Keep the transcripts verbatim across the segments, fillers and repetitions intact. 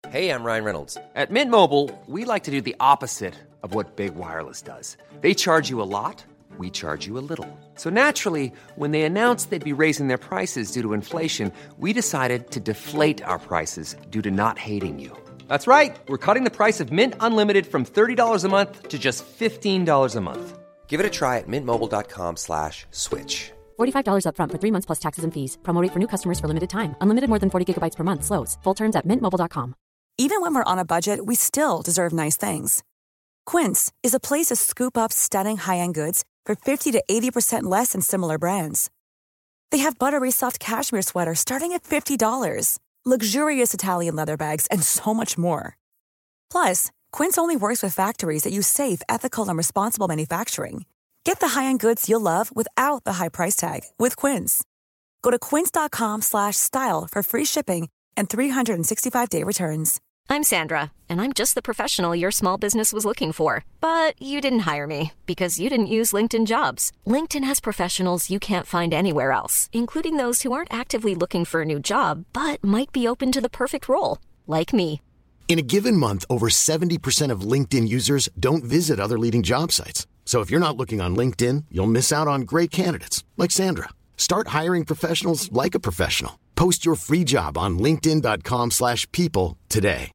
Hey, I'm Ryan Reynolds. At Mint Mobile, we like to do the opposite of what Big Wireless does. They charge you a lot, we charge you a little. So naturally, when they announced they'd be raising their prices due to inflation, we decided to deflate our prices due to not hating you. That's right. We're cutting the price of Mint Unlimited from thirty dollars a month to just fifteen dollars a month. Give it a try at mintmobile.com slash switch. forty-five dollars up front for three months plus taxes and fees. Promo rate for new customers for limited time. Unlimited more than forty gigabytes per month slows. Full terms at mint mobile dot com. Even when we're on a budget, we still deserve nice things. Quince is a place to scoop up stunning high-end goods for fifty to eighty percent less than similar brands. They have buttery soft cashmere sweaters starting at fifty dollars, luxurious Italian leather bags, and so much more. Plus, Quince only works with factories that use safe, ethical, and responsible manufacturing. Get the high-end goods you'll love without the high price tag with Quince. Go to quince.com slash style for free shipping and three sixty-five day returns. I'm Sandra, and I'm just the professional your small business was looking for. But you didn't hire me because you didn't use LinkedIn Jobs. LinkedIn has professionals you can't find anywhere else, including those who aren't actively looking for a new job, but might be open to the perfect role, like me. In a given month, over seventy percent of LinkedIn users don't visit other leading job sites. So if you're not looking on LinkedIn, you'll miss out on great candidates like Sandra. Start hiring professionals like a professional. Post your free job on linkedin.com slash people today.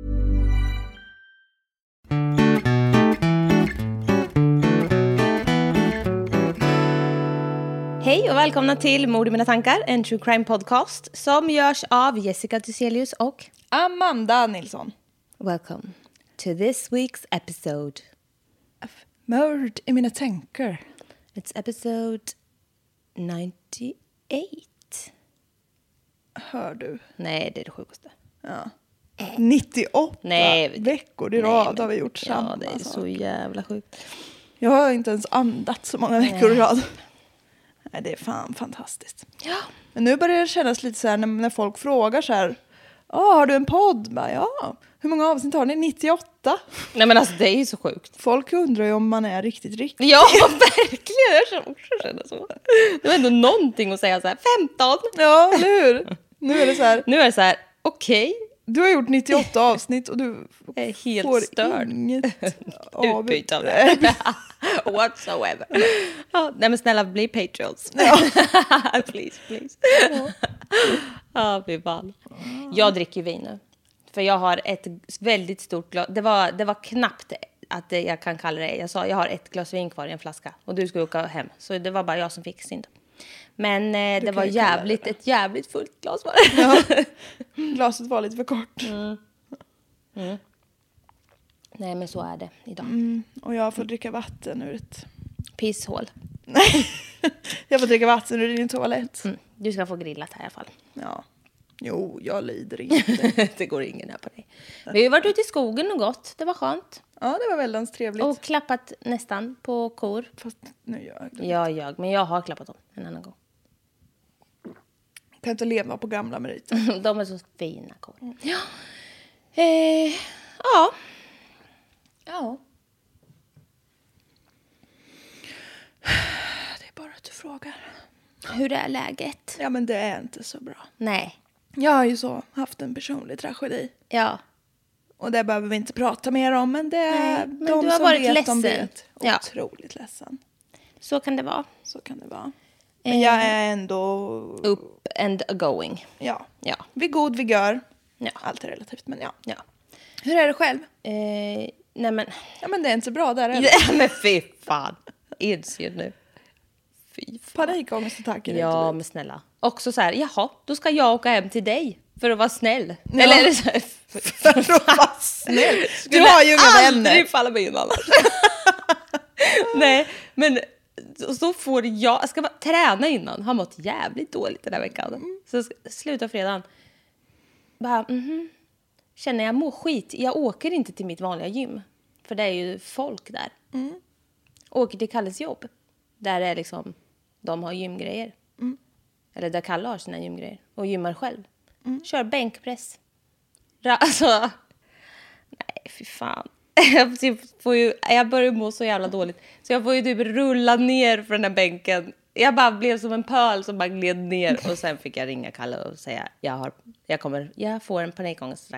Hej och välkomna till Mord i mina tankar, en true crime podcast som görs av Jessica Thyselius och Amanda Nilsson. Welcome to this week's episode of Mord i mina tankar. It's episode nittioåtta. Hör du? Nej, det är det sjukaste. Ja. nittioåtta nej, veckor i nej, rad men, har vi gjort samma ja, det är sak. så jävla sjukt. Jag har inte ens andats så många veckor nej. i rad. Nej, det är fan fantastiskt. Ja. Men nu börjar det kännas lite så här när, när folk frågar så här: "Ja, har du en podd?" Bara, ja. Hur många avsnitt har ni? nittioåtta. Nej, men alltså det är ju så sjukt. Folk undrar ju om man är riktigt riktigt. Ja, verkligen. Jag känner så. Det var ändå någonting att säga så här femton. Ja, eller hur? Nu är det så här. Nu är det så här, okej. Okay. Du har gjort nittioåtta avsnitt och du är helt får störd. Inget utbyte av det. Whatsoever. Ja, nej men snälla, bli Patreons. Ja. please, please. Ja, oh, fy fan. Jag dricker vin nu. För jag har ett väldigt stort glas. Det var, det var knappt att jag kan kalla det. Jag sa, jag har ett glas vin kvar i en flaska. Och du skulle åka hem. Så det var bara jag som fick synd. Men eh, det var jävligt, det. ett jävligt fullt glas var det. Ja. Glaset var lite för kort. Mm. Mm. Nej, men så är det idag. Mm. Och jag får dricka vatten ur ett pisshål. Nej, jag får dricka vatten ur din toalett. Mm. Du ska få grillat här i alla fall. Ja. Jo, jag lider inte. Det går ingen här på dig. Vi har ju varit ute i skogen och gått. Det var skönt. Ja, det var väldigt trevligt. Och klappat nästan på kor. Fast nu gör jag det. Ja, jag. Men jag har klappat dem en annan gång. Kan inte leva på gamla meriter. De är så fina kor. Mm. Ja. Eh, ja. Ja. Det är bara att du frågar. Hur är läget? Ja, men det är inte så bra. Nej. Jag har ju så haft en personlig tragedi. Ja. Och det behöver vi inte prata mer om. Men det är Nej, men de du har som varit vet, ledsen. de vet. Ja. Otroligt ledsen. Så kan det vara. Så kan det vara. Men jag är ändå... Up and going. Ja. Ja. Vi god, vi gör. Ja. Allt är relativt, men ja. Ja. Hur är det själv? Eh, nej men... Ja, men det är inte så bra där. Ja, men fy fan. Inser nu. Fy fan. Panikångestattacker. Ja, men snälla. Också så här, jaha, då ska jag åka hem till dig. För att vara snäll. Ja. Eller är det så här, för att vara snäll. Du har ju inga vänner. Skulle aldrig falla mig in annars. Nej, men... Så får jag, jag ska bara träna innan. Har mått jävligt dåligt den här veckan. Mm. Så sluta fredagen. Bara, mhm. Känner jag mår skit. Jag åker inte till mitt vanliga gym. För det är ju folk där. Mm. Åker till Kalles jobb. Där är liksom, de har gymgrejer. Mm. Eller där Kalle har sina gymgrejer. Och gymmar själv. Mm. Kör bänkpress. Ra- alltså. Nej, fy fan. Jag, får ju, jag börjar må så jävla dåligt. Så jag får ju typ rulla ner från den här bänken. Jag bara blev som en pöl som bara gled ner. Och sen fick jag ringa Kalle och säga jag, har, jag, kommer, jag får en panikångestattack nu.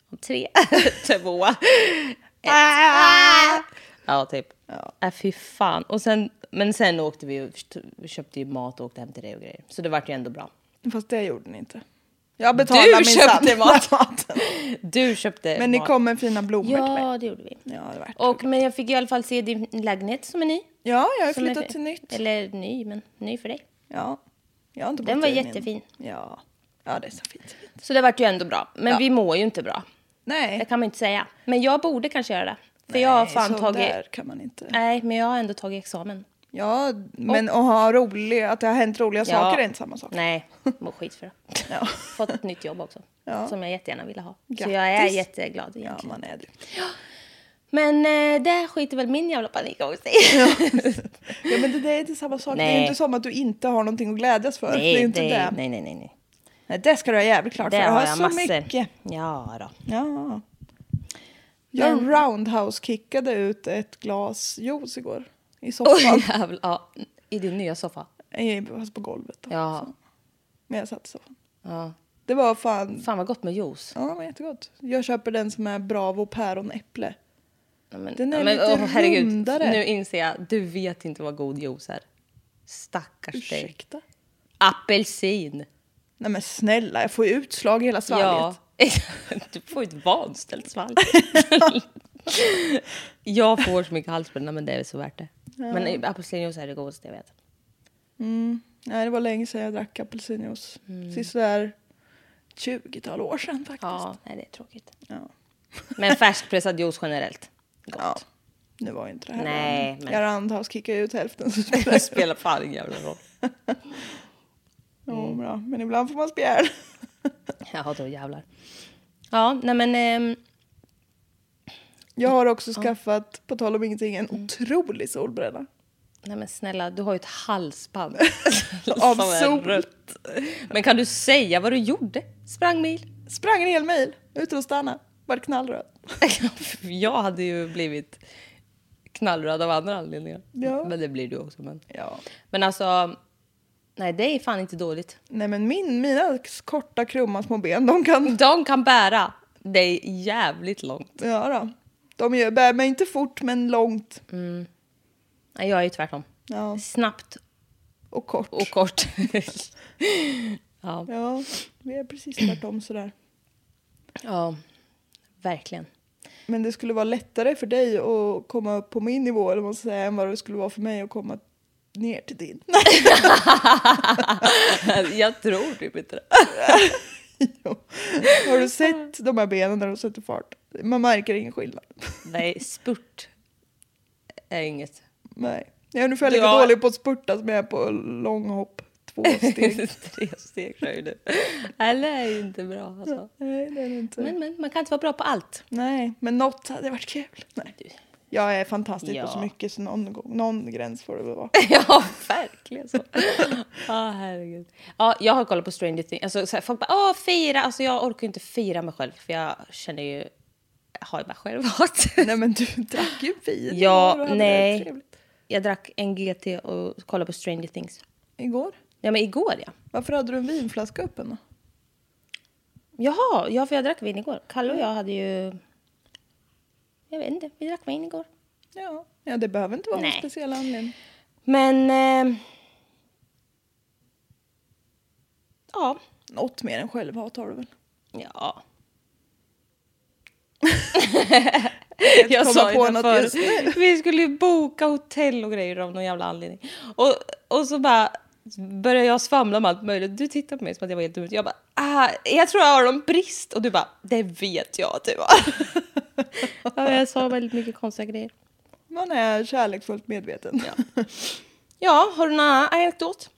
Tre, två, ett. Ah! Ja, typ. Ja. Äh, fy fan. Och sen, men sen åkte vi och vi köpte ju mat och åkte hem till det och grejer. Så det var ju ändå bra. Fast det gjorde ni inte. Jag betalade min köpte mat. maten. Du köpte Men ni mat. kom med fina blommor ja, till mig. det gjorde vi. Ja, det var och, men jag fick i alla fall se din lägenhet som är ny. Ja, jag har som flyttat är, till nytt. Eller ny, men ny för dig. Ja. Jag har inte Den bott var i jättefin. Ja. Ja, det är så fint. Så det vart ju ändå bra. Men ja. vi mår ju inte bra. Nej. Det kan man inte säga. Men jag borde kanske göra det. För Nej, jag har fan så tagit... där kan man inte. Nej, men jag har ändå tagit examen. Ja, men att ha rolig, att det har hänt roliga Ja. saker är inte samma sak. Nej, mår skit för det. Ja. Fått ett nytt jobb också. Ja. Som jag jättegärna ville ha. Grattis. Så jag är jätteglad egentligen. Ja, man är det. Men eh, det skiter väl min jävla panik också i. Ja. ja, men det, det är inte samma sak. Nej. Det är inte som att du inte har någonting att glädjas för. Nej, det är inte det, det. nej, nej, nej, nej. Nej, det ska du ha jävligt klart Det för. Jag har har jag så massor. mycket. Ja då. Ja. Jag Men- roundhouse-kickade ut ett glas juice igår. I soffan. Oj, jävlar. Ja, i din nya soffa. Jag var på golvet. Då. Ja. Så. Men jag satt i soffan. Ja. Det var fan... Fan vad gott med juice. Ja, det var jättegott. Jag köper den som är Bravo päron äpple. Ja, men, Den är ja, men, lite åh, herregud, rundare. nu inser jag. Du vet inte vad god juice är. Stackars dig. Ursäkta? Apelsin. Nej men snälla, jag får ju utslag i hela svalget. Ja. Du får ju ett vanställt svalg. Jag får så mycket halsbränna, men det är så värt det. Ja. Men apelsinjuice är det godaste jag vet. Mm. Nej, det var länge sedan jag drack apelsinjuice. Mm. Sist där tjugotal år sedan faktiskt. Ja, nej, det är tråkigt. Ja. Men färskpressad juice generellt. Gott. Ja, nu var ju inte det här. Nej, men... men- Jag roundhouse-kickade ut hälften. Så Det spelar fan ingen jävla roll. Ja, bra. Men ibland får man spjärn. Ja, då jävlar. Ja, nej men... ehm, Jag har också skaffat, på tal om ingenting, en otrolig solbränna. nej men snälla, du har ju ett halsband. Av som är sol. rött. Men kan du säga vad du gjorde? Sprang mil? Sprang en hel mil utan att stanna. Var knallröd. Jag hade ju blivit knallröd av andra anledningar. Ja. Men det blir du också. Men, Ja. men alltså, nej det är fan inte dåligt. Nej men min, mina korta krumma små ben, de kan... De kan bära dig jävligt långt. Ja då. De gör, bär mig inte fort men långt. Nej, jag är ju tvärtom. Ja. Snabbt Och kort. och kort. ja. Ja, vi är precis tvärtom sådär. ja, verkligen. Men det skulle vara lättare för dig att komma upp på min nivå, eller vad man ska säga, än vad det skulle vara för mig att komma ner till din. Jag tror typ inte det. Jo. Har du sett de här benen när de sätter fart? Man märker ingen skillnad. Nej, spurt är inget. Nej. Jag är ungefär lika Ja. dålig på att spurta som jag är på långhopp. Två steg. Tre steg kör du. Eller är ju inte bra alltså. Nej, det är det inte. Men, men man kan inte vara bra på allt. Nej, men något hade varit kul. Nej. Jag är fantastisk Ja. på så mycket så någon, gång, någon gräns får det väl vara. Ja, verkligen så. Ja, herregud. Ja, jag har kollat på Stranger Things. Alltså, så här, folk bara, åh, fira. Alltså, jag orkar ju inte fira mig själv. För jag känner ju, jag har ju bara självhat. Nej, men du drack ju vin. Ja, och hade det nej. trevligt. Jag drack en G T och kollade på Stranger Things. Igår? Ja, men igår ja. Varför hade du en vinflaska öppen då? Jaha, ja, för jag drack vin igår. Kalle och jag hade ju, jag vet inte, vi drack vin igår. Ja, ja det behöver inte vara Nej. någon speciell anledning. Men, eh, ja. Något mer än självhat har du väl? Ja. Jag Jag komma sa på ju något det just nu. förut. Vi skulle ju boka hotell och grejer av någon jävla anledning. Och, och så bara började jag svamla om allt möjligt. Du tittar på mig som att jag var helt dum. Jag bara, ah, jag tror jag har någon brist. Och du bara, det vet jag att du har. Ja, jag sa väldigt mycket konstiga grejer. Man är kärleksfullt medveten. Ja, ja har du någon annan anekdot?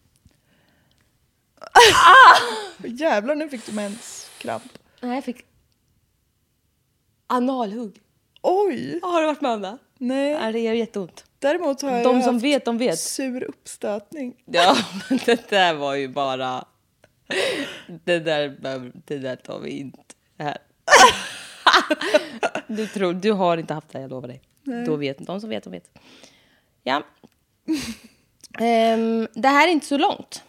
Jävlar, nu fick du menskramp. Nej, jag fick analhugg. Oj! Har du varit med om det? Nej. Ja, det gör jätteont. Däremot har jag De ju som haft vet, de vet. sur uppstötning. Ja, men det där var ju bara... Det där, det där tar vi inte här. Du tror, du har inte haft det, jag lovar dig. Nej. Då vet de som vet, de vet. Ja. um, det här är inte så långt.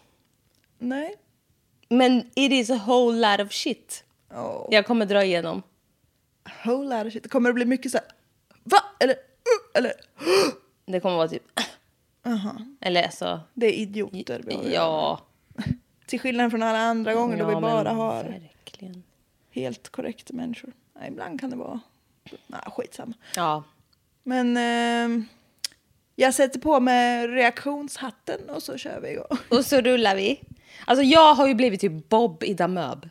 Nej. Men it is a whole lot of shit. Oh. Jag kommer dra igenom. a whole lot of shit. Det kommer att bli mycket så här, va? Eller, uh, eller, Det kommer vara typ... uh-huh. Eller så... Det är idioter. Vi har Ja. Till skillnad från alla andra gånger ja, då vi bara men har verkligen. helt korrekta människor. Nej, ibland kan det vara... Nej, skitsamma. Ja. Men eh, jag sätter på med reaktionshatten och så kör vi igång. Och så rullar vi. Alltså jag har ju blivit typ Bob i Damöb.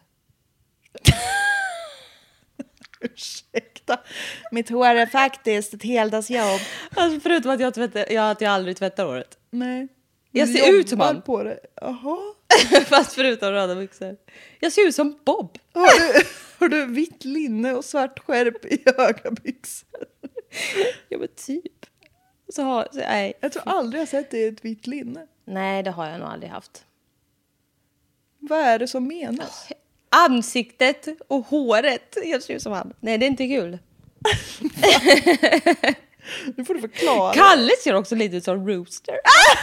Ursäkta. Mitt hår är faktiskt ett heldagsjobb. Alltså förutom att jag, tvättar, jag, att jag aldrig tvättar håret. Nej. Jag Du ser ut som jobbar han. på det. Jaha. Fast förutom röda byxor. Jag ser ut som Bob. Har du, har du vitt linne och svart skärp i höga byxor? Ja men typ. Så har, så, nej. Jag tror aldrig jag sett det i ett vitt linne. nej, det har jag nog aldrig haft. Vad är det som menas? Ansiktet och håret. Jag ser ut som han. Nej, det är inte kul. Nu får du förklara. Kalle ser också lite ut som Rooster.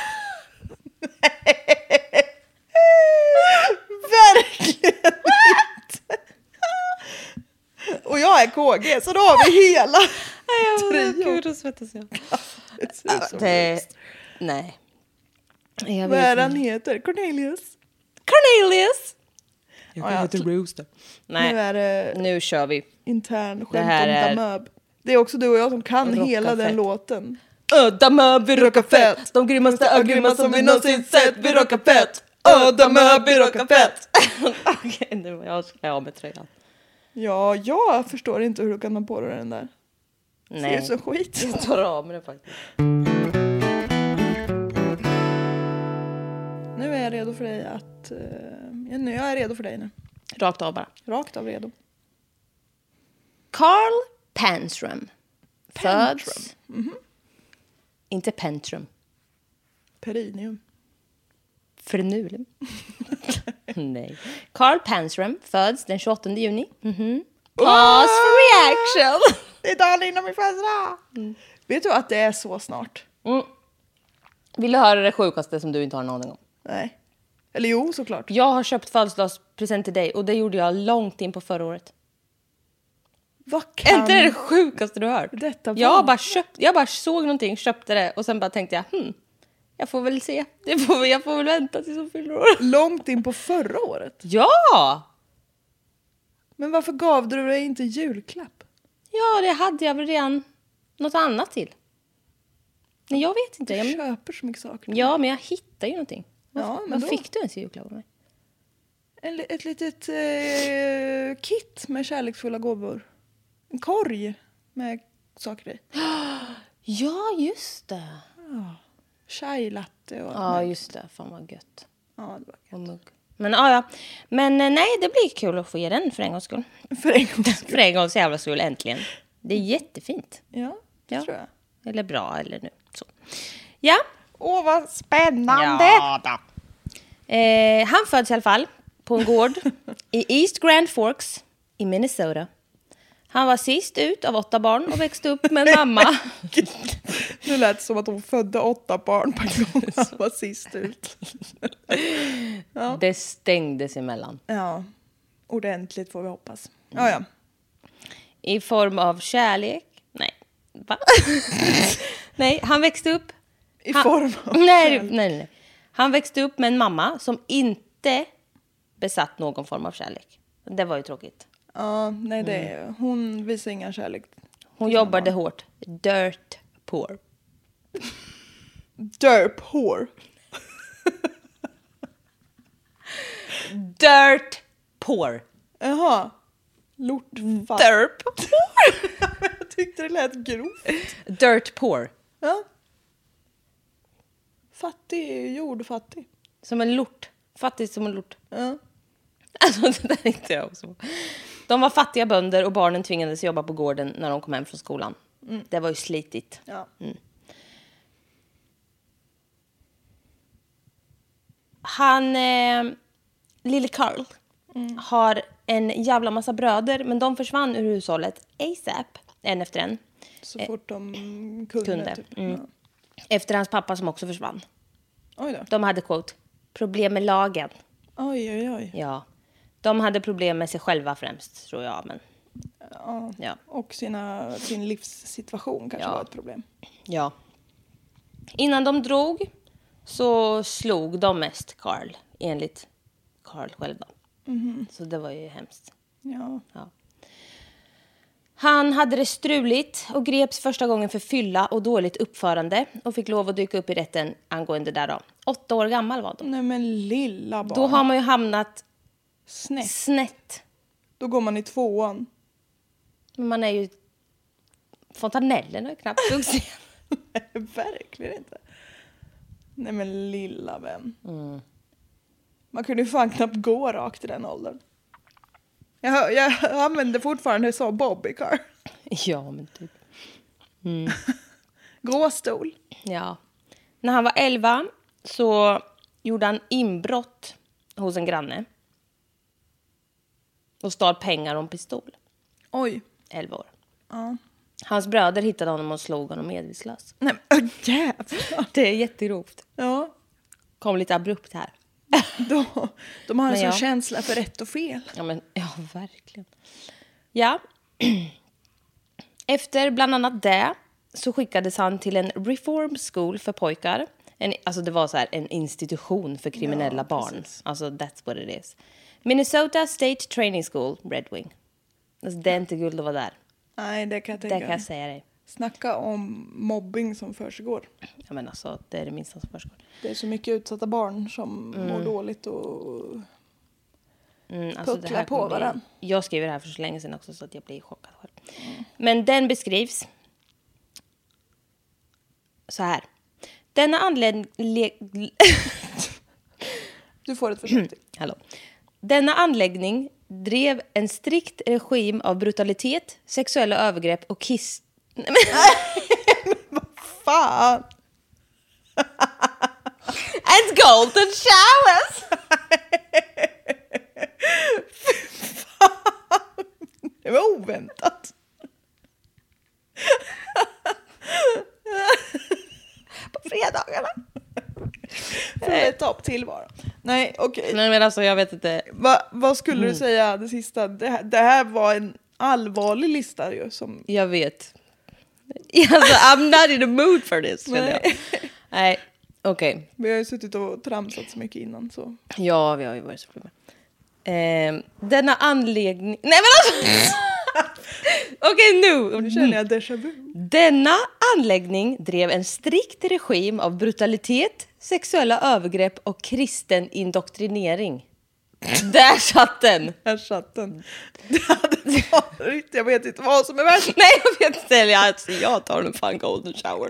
Verkligen inte. Och jag är K G, så då har vi hela trion. Gud, då svettas jag. Det ser ut som Det, Rooster. nej. Jag Vad är vet han inte. heter? Cornelius. Cornelius. Jag Ja, ja. heter Rooster. Nej, Nu är det nu kör vi. intern skämt Det här om är- Damöb. Det är också du och jag som kan Rocka hela den fett. låten. Damöb, vi rockar fett. De grymmaste ögrymma som vi någonsin sett. Vi rockar fett. Damöb, vi rockar fett. Okej, nu jag ska jag av med tröjan. Ja, jag förstår inte hur du kan ha på dig den där. Ser Nej, ut som skit. jag tar av med den faktiskt. Nu är jag redo för dig att... Uh, ja, nu jag är redo för dig nu. Rakt av bara. Rakt av redo. Carl Panstrom. Pantrum. Föds... Inte Pentrum. Perinium. Frenulum. Nej. Carl Panstrom föds den tjugoåttonde juni. Mhm. Pause for reaction. Det är dagen innan min födelsedag. Mm. Vet du att det är så snart? Mm. Vill du höra det sjukaste som du inte har en aning om? Nej. Eller jo, såklart. Jag har köpt födelsedagspresent till dig och det gjorde jag långt in på förra året. Vad Är kan inte det det sjukaste du har hört? detta vara? Jag har bara köpt, jag bara såg någonting, köpte det och sen bara tänkte jag, hmm, jag får väl se. Jag får, jag får väl vänta tills hon fyller år. Långt in på förra året? Ja! Men varför gav du dig inte julklapp? Ja, det hade jag väl redan något annat till. Nej, jag vet inte. Du Jag, köper så mycket saker. ja, men jag hittar ju någonting. Ja, men Vad då. fick du ens i julklapp av mig? En, ett litet eh, kit med kärleksfulla gåvor. En korg med saker i. Ja, just det. Chai latte och allt Ja, möjligt. just det. Fan vad gött. Ja, det var gött. Och mugg. Men ja, ja. Men eh, nej, det blir kul att få ge den för en gångs skull. För en gångs skull. För en gångs jävla skull, äntligen. Det är jättefint. Ja, det Ja. tror jag. Eller bra, eller nu. Så. Ja. Åh, vad spännande! Ja, då. Eh, han föds i alla fall på en gård i East Grand Forks i Minnesota. Han var sist ut av åtta barn och växte upp med en mamma. Nu lät det som att hon födde åtta barn på en gång. Han var sist ut. Ja. Det stängdes emellan. Ja, ordentligt får vi hoppas. Ja, ja. I form av kärlek. Nej. Va? Nej, han växte upp. I han, form av nej, kärlek. nej, nej. Han växte upp med en mamma som inte besatt någon form av kärlek. Det var ju tråkigt. Ja, nej, det är, hon visar ingen kärlek. Hon jobbade hårt. Dirt poor. Derp whore. Dirt poor. Jaha. Lortfatt. Derp. Jag tyckte det lät grovt. Dirt poor. Ja. Fattig, jordfattig. Som en lort. Fattig som en lort. Ja. Alltså det där är inte jag också. De var fattiga bönder och barnen tvingades jobba på gården när de kom hem från skolan. Mm. Det var ju slitigt. Ja. Mm. Han, eh, lille Carl, mm. har en jävla massa bröder. Men de försvann ur hushållet ASAP, en efter en. Så fort de kunde. kunde. Typ. Mm. Ja. Efter hans pappa som också försvann. Oj då. De hade, quote, problem med lagen. Oj, oj, oj. Ja. De hade problem med sig själva främst, tror jag. Men Ja. Ja. Och sina, sin livssituation kanske Ja. var ett problem. Ja. Innan de drog så slog de mest Carl, enligt Carl själv då. Så det var ju hemskt. Ja. Ja. Han hade det struligt och greps första gången för fylla och dåligt uppförande och fick lov att dyka upp i rätten angående där då. Åtta år gammal var de. Nej men lilla barn. Då har man ju hamnat Snett. snett. Då går man i tvåan. Men man är ju... Fontanellen är knappt vuxen. Nej, verkligen inte. Nej men lilla vän. Mm. Man kunde ju fan knappt gå rakt i den åldern. Jag, jag använder fortfarande så bobbycar. Ja, men typ. Gåstol. Ja. När han var elva så gjorde han inbrott hos en granne. Och stal pengar och en pistol. Oj. elva år. Ja. Hans bröder hittade honom och slog honom medvetslös. Nej men oh, jävlar. Det är jättegrovt. Ja. Kom lite abrupt här. Då, de har en Men sån ja. känsla för rätt och fel. Ja, men, ja, verkligen. Ja. Efter bland annat det så skickades han till en reform school för pojkar. En, alltså det var så här en institution för kriminella Ja, barn. precis. Alltså that's what it is. Minnesota State Training School, Red Wing. Alltså, det är inte guld att vara där. Nej, det kan jag Det tänka. kan jag säga dig. Snacka om mobbing som försiggår. Ja, men alltså, det är det minsta som försiggår. Det är så mycket utsatta barn som Mm. mår dåligt och Mm, alltså pucklar det här på kommer bli- varann. Jag skriver det här för så länge sedan också så att jag blir chockad själv. Men den beskrivs så här. Denna anledning... du får ett försök till. Hallå. Denna anläggning drev en strikt regim av brutalitet, sexuella övergrepp och kiss... Nej, men... Fan! And golden showers! Det var oväntat. På fredagarna. För ett upp tillvaro. Nej, okej. Nej, men alltså jag vet inte. Va, vad skulle Mm. du säga det sista? Det här, det här var en allvarlig lista ju. Som... Jag vet. Alltså, I'm not in the mood for this. känner jag. Nej. Nej, okej. Vi har ju suttit och tramsat så mycket innan. Så. Ja, vi har ju varit så flummiga. Eh, denna anläggning... Nej, men alltså! Okej, nu. Nu känner jag déjà vu. Denna anläggning drev en strikt regim av brutalitet, sexuella övergrepp och kristen indoktrinering. Där satt den! Här satt den. Det hade varit, jag vet inte vad som är värst. Nej, jag vet inte. Jag, alltså, jag tar en fan golden shower.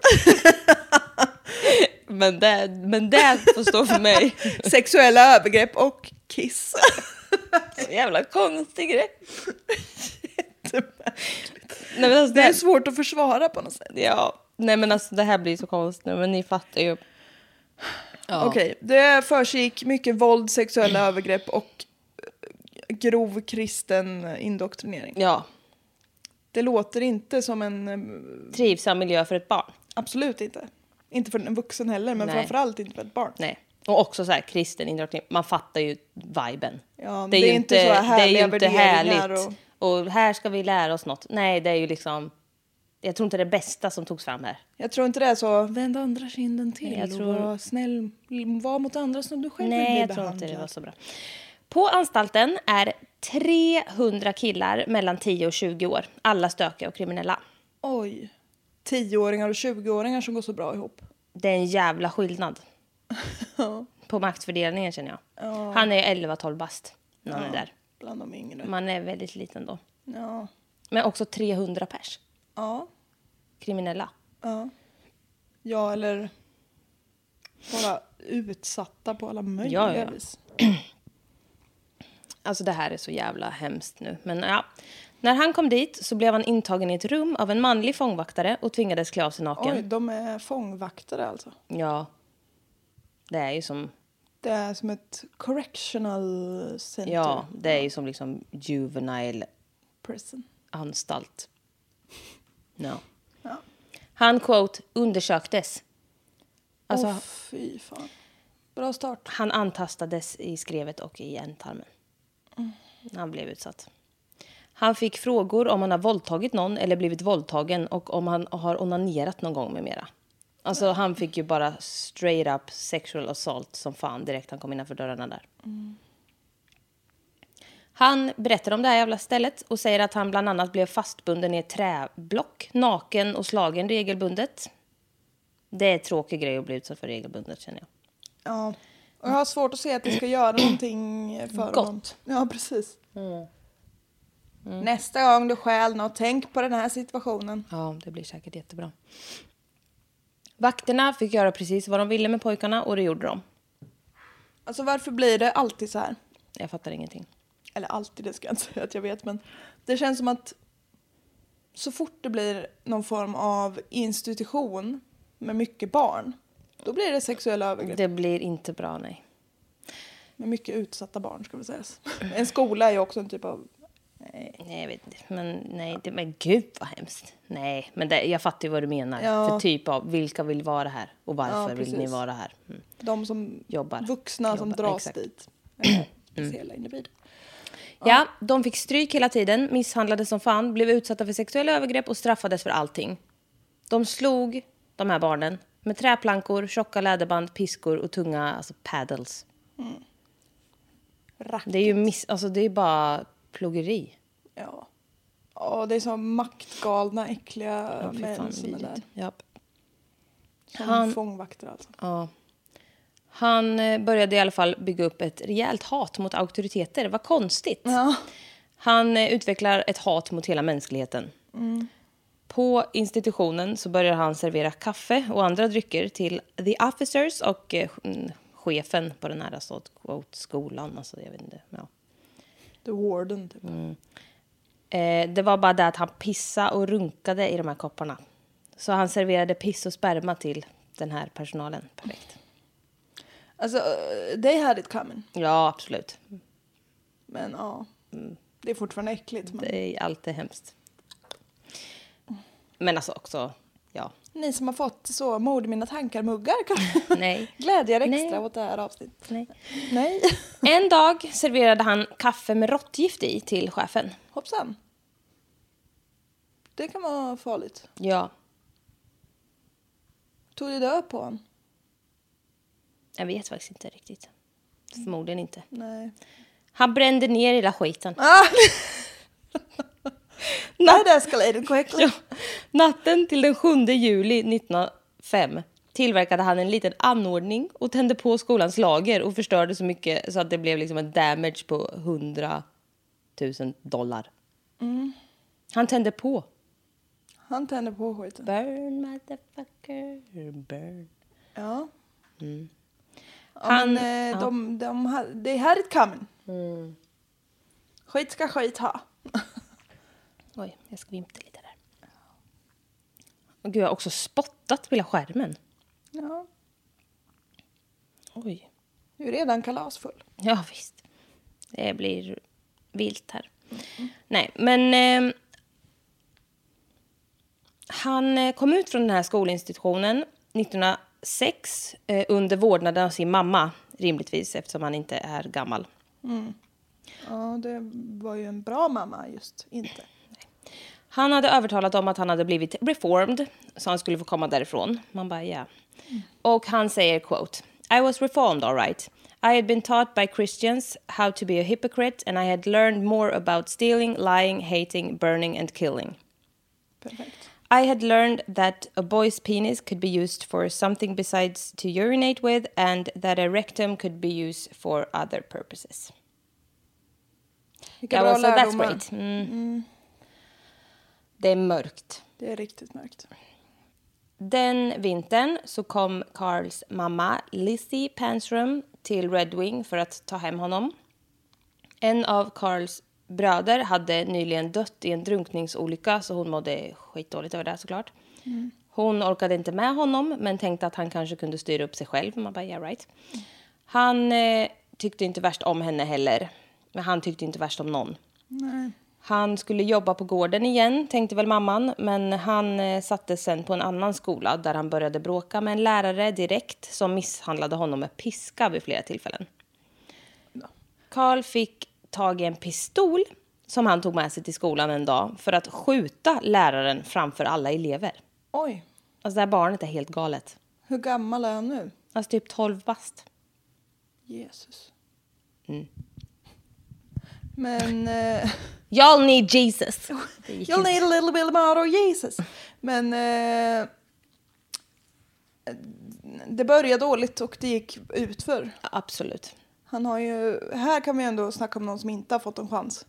men, det, men det får stå för mig. Sexuella övergrepp och kiss. Så jävla konstig grej. Jättemärkligt. Nej, men alltså, Det är det, svårt att försvara på något sätt. ja, nej, men alltså, det här blir så konstigt nu, men ni fattar ju. Ja. Okej, det försiggick mycket våld, sexuella övergrepp och grov kristen indoktrinering. Ja, Det låter inte som en... eh, trivsam miljö för ett barn. Absolut inte. Inte för en vuxen heller, men Nej. framförallt inte för ett barn. Nej. Och också så här kristen indoktrinering. Man fattar ju viben. Ja, det är inte så härliga det är ju inte värderingar härligt. och- Och... här ska vi lära oss något. Nej, det är ju liksom... Jag tror inte det är det bästa som togs fram här. Jag tror inte det är så, vänd andra kinden till Nej, jag tror- och var snäll, var mot andra som du själv vill Nej, bli jag tror behandlad. inte det var så bra. På anstalten är trehundra killar mellan tio och tjugo år. Alla stökiga och kriminella. Oj, tioåringar och tjugoåringar som går så bra ihop. Det är en jävla skillnad. På maktfördelningen känner jag. Han är elva tolv bast när han är där. Bland de yngre. Man är väldigt liten då. Ja. Men också trehundra pers. Ja. Kriminella. Ja. Ja, eller bara utsatta på alla möjliga Ja, ja. vis. Alltså det här är så jävla hemskt nu. Men ja. När han kom dit så blev han intagen i ett rum av en manlig fångvaktare och tvingades klä av sig naken. Oj, de är fångvaktare alltså. Ja. Det är ju som... Det är som ett correctional center. Ja, det är ju som liksom juvenile Prison. anstalt. No. Ja. Han, quote, undersöktes. Alltså, Åh, fy fan. Bra start. han antastades i skrevet och i ändtarmen. Mm. Han blev utsatt. Han fick frågor om han har våldtagit någon eller blivit våldtagen och om han har onanerat någon gång med mera. Alltså han fick ju bara straight up sexual assault som fan direkt han kom innanför dörrarna där. Mm. Han berättar om det här jävla stället och säger att han bland annat blev fastbunden i ett träblock, naken och slagen regelbundet. Det är en tråkig grej att bli utsatt för regelbundet, känner jag. Ja, och jag har svårt att se att det ska göra någonting för Gott. honom. Ja, precis. Mm. Mm. Nästa gång du stjäl något, tänk på den här situationen. Ja, det blir säkert jättebra. Vakterna fick göra precis vad de ville med pojkarna och det gjorde de. Alltså varför blir det alltid så här? Jag fattar ingenting. Eller alltid, det ska jag inte säga att jag vet. Men det känns som att så fort det blir någon form av institution med mycket barn, då blir det sexuella övergrepp. Det blir inte bra, nej. Med mycket utsatta barn, ska vi säga. En skola är ju också en typ av... Nej, nej jag vet inte. Men, nej, det, men gud vad hemskt. Nej, men det, jag fattar ju vad du menar. Ja. För typ av, vilka vill vara här? Och varför Ja, vill ni vara här? Mm. De som Jobbar. vuxna som Jobbar, dras exakt. dit. Eller speciella individer. Ja, de fick stryk hela tiden, misshandlades som fan, blev utsatta för sexuella övergrepp och straffades för allting. De slog de här barnen med träplankor, tjocka läderband, piskor och tunga alltså paddles. Mm. Det är ju miss, alltså det är bara plågeri. Ja. Ja, det är så maktgalna, äckliga Ja, fy män fan, som är där. vidrigt. Japp. Som Han- fångvakter alltså. Ja. Han eh, började i alla fall bygga upp ett rejält hat mot auktoriteter. Vad konstigt. Ja. Han eh, utvecklar ett hat mot hela mänskligheten. Mm. På institutionen så börjar han servera kaffe och andra drycker till the officers och eh, mm, chefen på den här alltså, quote, skolan. Alltså, jag vet inte, ja. The warden typ. Mm. Eh, det var bara det att han pissade och runkade i de här kopparna. Så han serverade piss och sperma till den här personalen. Perfekt. Alltså, they had it coming. Ja, absolut. Men ja, det är fortfarande äckligt. Men... Det är alltid hemskt. Men alltså också, ja. Ni som har fått så mord i mina tankar-muggar kan Nej. glädja er extra Nej. åt det här avsnittet. Nej. Nej. En dag serverade han kaffe med råttgift i till chefen. Hoppsan. Det kan vara farligt. Ja, Tog det död på honom? jag vet faktiskt inte riktigt. Förmodligen inte. Nej. Han brände ner hela skiten. Ah! Nej, det escalated quickly. Ja. Natten till den sjunde juli nittonhundrafem tillverkade han en liten anordning och tände på skolans lager och förstörde så mycket så att det blev liksom en damage på hundratusen dollar. Mm. Han tände på. Han tände på skiten. Burn, motherfucker, burn. Ja. Mm. Ja, Han- men, eh, ja. de, de, ha- they had it coming. Mm. Skit ska skit ha. Oj, jag ska vimta lite där. Och gud, jag har också spottat på hela skärmen. Ja. Oj. Du är redan kalasfull. Ja, visst. Det blir vilt här. Mm. Nej, men... Eh, han eh, kom ut från den här skolinstitutionen nittonhundrasex eh, under vårdnaden av sin mamma, rimligtvis, eftersom han inte är gammal. Mm. Ja, det var ju en bra mamma just inte. Han hade övertalat om att han hade blivit reformed, så han skulle få komma därifrån. Man bara, ja. Mm. Och han säger, quote, I was reformed, all right. I had been taught by Christians how to be a hypocrite and I had learned more about stealing, lying, hating, burning and killing. Perfekt. I had learned that a boy's penis could be used for something besides to urinate with and that a rectum could be used for other purposes. Vilka Ja, bra so that's lärdomar. great. Mm. Mm. Det är mörkt. Det är riktigt mörkt. Den vintern så kom Carls mamma Lizzie Pansrum till Red Wing för att ta hem honom. En av Carls bröder hade nyligen dött i en drunkningsolycka så hon mådde skitdåligt över det såklart. Mm. Hon orkade inte med honom men tänkte att han kanske kunde styra upp sig själv. Man bara, yeah right. Mm. Han eh, tyckte inte värst om henne heller. Men han tyckte inte värst om någon. Nej. Han skulle jobba på gården igen, tänkte väl mamman. Men han eh, satte sen på en annan skola där han började bråka med en lärare direkt som misshandlade honom med piska vid flera tillfällen. Ja. Carl fick tag i en pistol som han tog med sig till skolan en dag för att skjuta läraren framför alla elever. Oj. Alltså det här barnet är helt galet. Hur gammal är han nu? Alltså typ tolv bast. Jesus. Mm. Men... Eh, Y'all need Jesus. you'll need a little bit more of Jesus. Men... Eh, det började dåligt och det gick utför. Absolut. Han har ju... Här kan vi ändå snacka om någon som inte har fått en chans.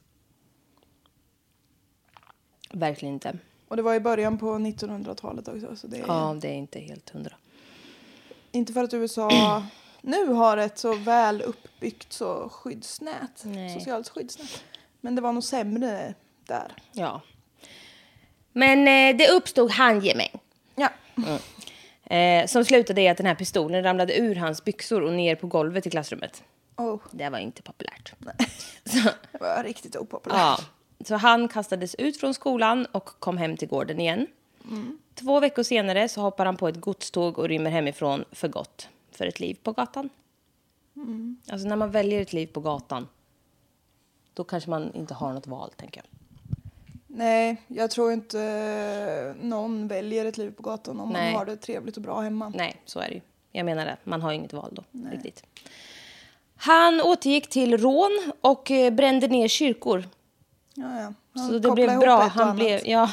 Verkligen inte. Och det var i början på nittonhundratalet också. Så det är, Ja, det är inte helt hundra. Inte för att U S A nu har ett så väl uppbyggt så skyddsnät. Nej. Socialt skyddsnät. Men det var nog sämre där. Ja. Men eh, det uppstod handgemäng. Ja. Mm. Eh, som slutade i att den här pistolen ramlade ur hans byxor och ner på golvet i klassrummet. Oh. Det var inte populärt. Så. Det var riktigt opopulärt. Ja. Så han kastades ut från skolan och kom hem till gården igen. Mm. Två veckor senare så hoppar han på ett godståg och rymmer hemifrån för gott. För ett liv på gatan. Mm. Alltså när man väljer ett liv på gatan, då kanske man inte har något val, tänker jag. Nej, jag tror inte någon väljer ett liv på gatan om Nej. man har det trevligt och bra hemma. Nej, så är det ju. Jag menar det. Man har inget val då. Nej. Riktigt. Han återgick till rån och brände ner kyrkor. Ja, ja. Han så det blev bra. Han blev, ja.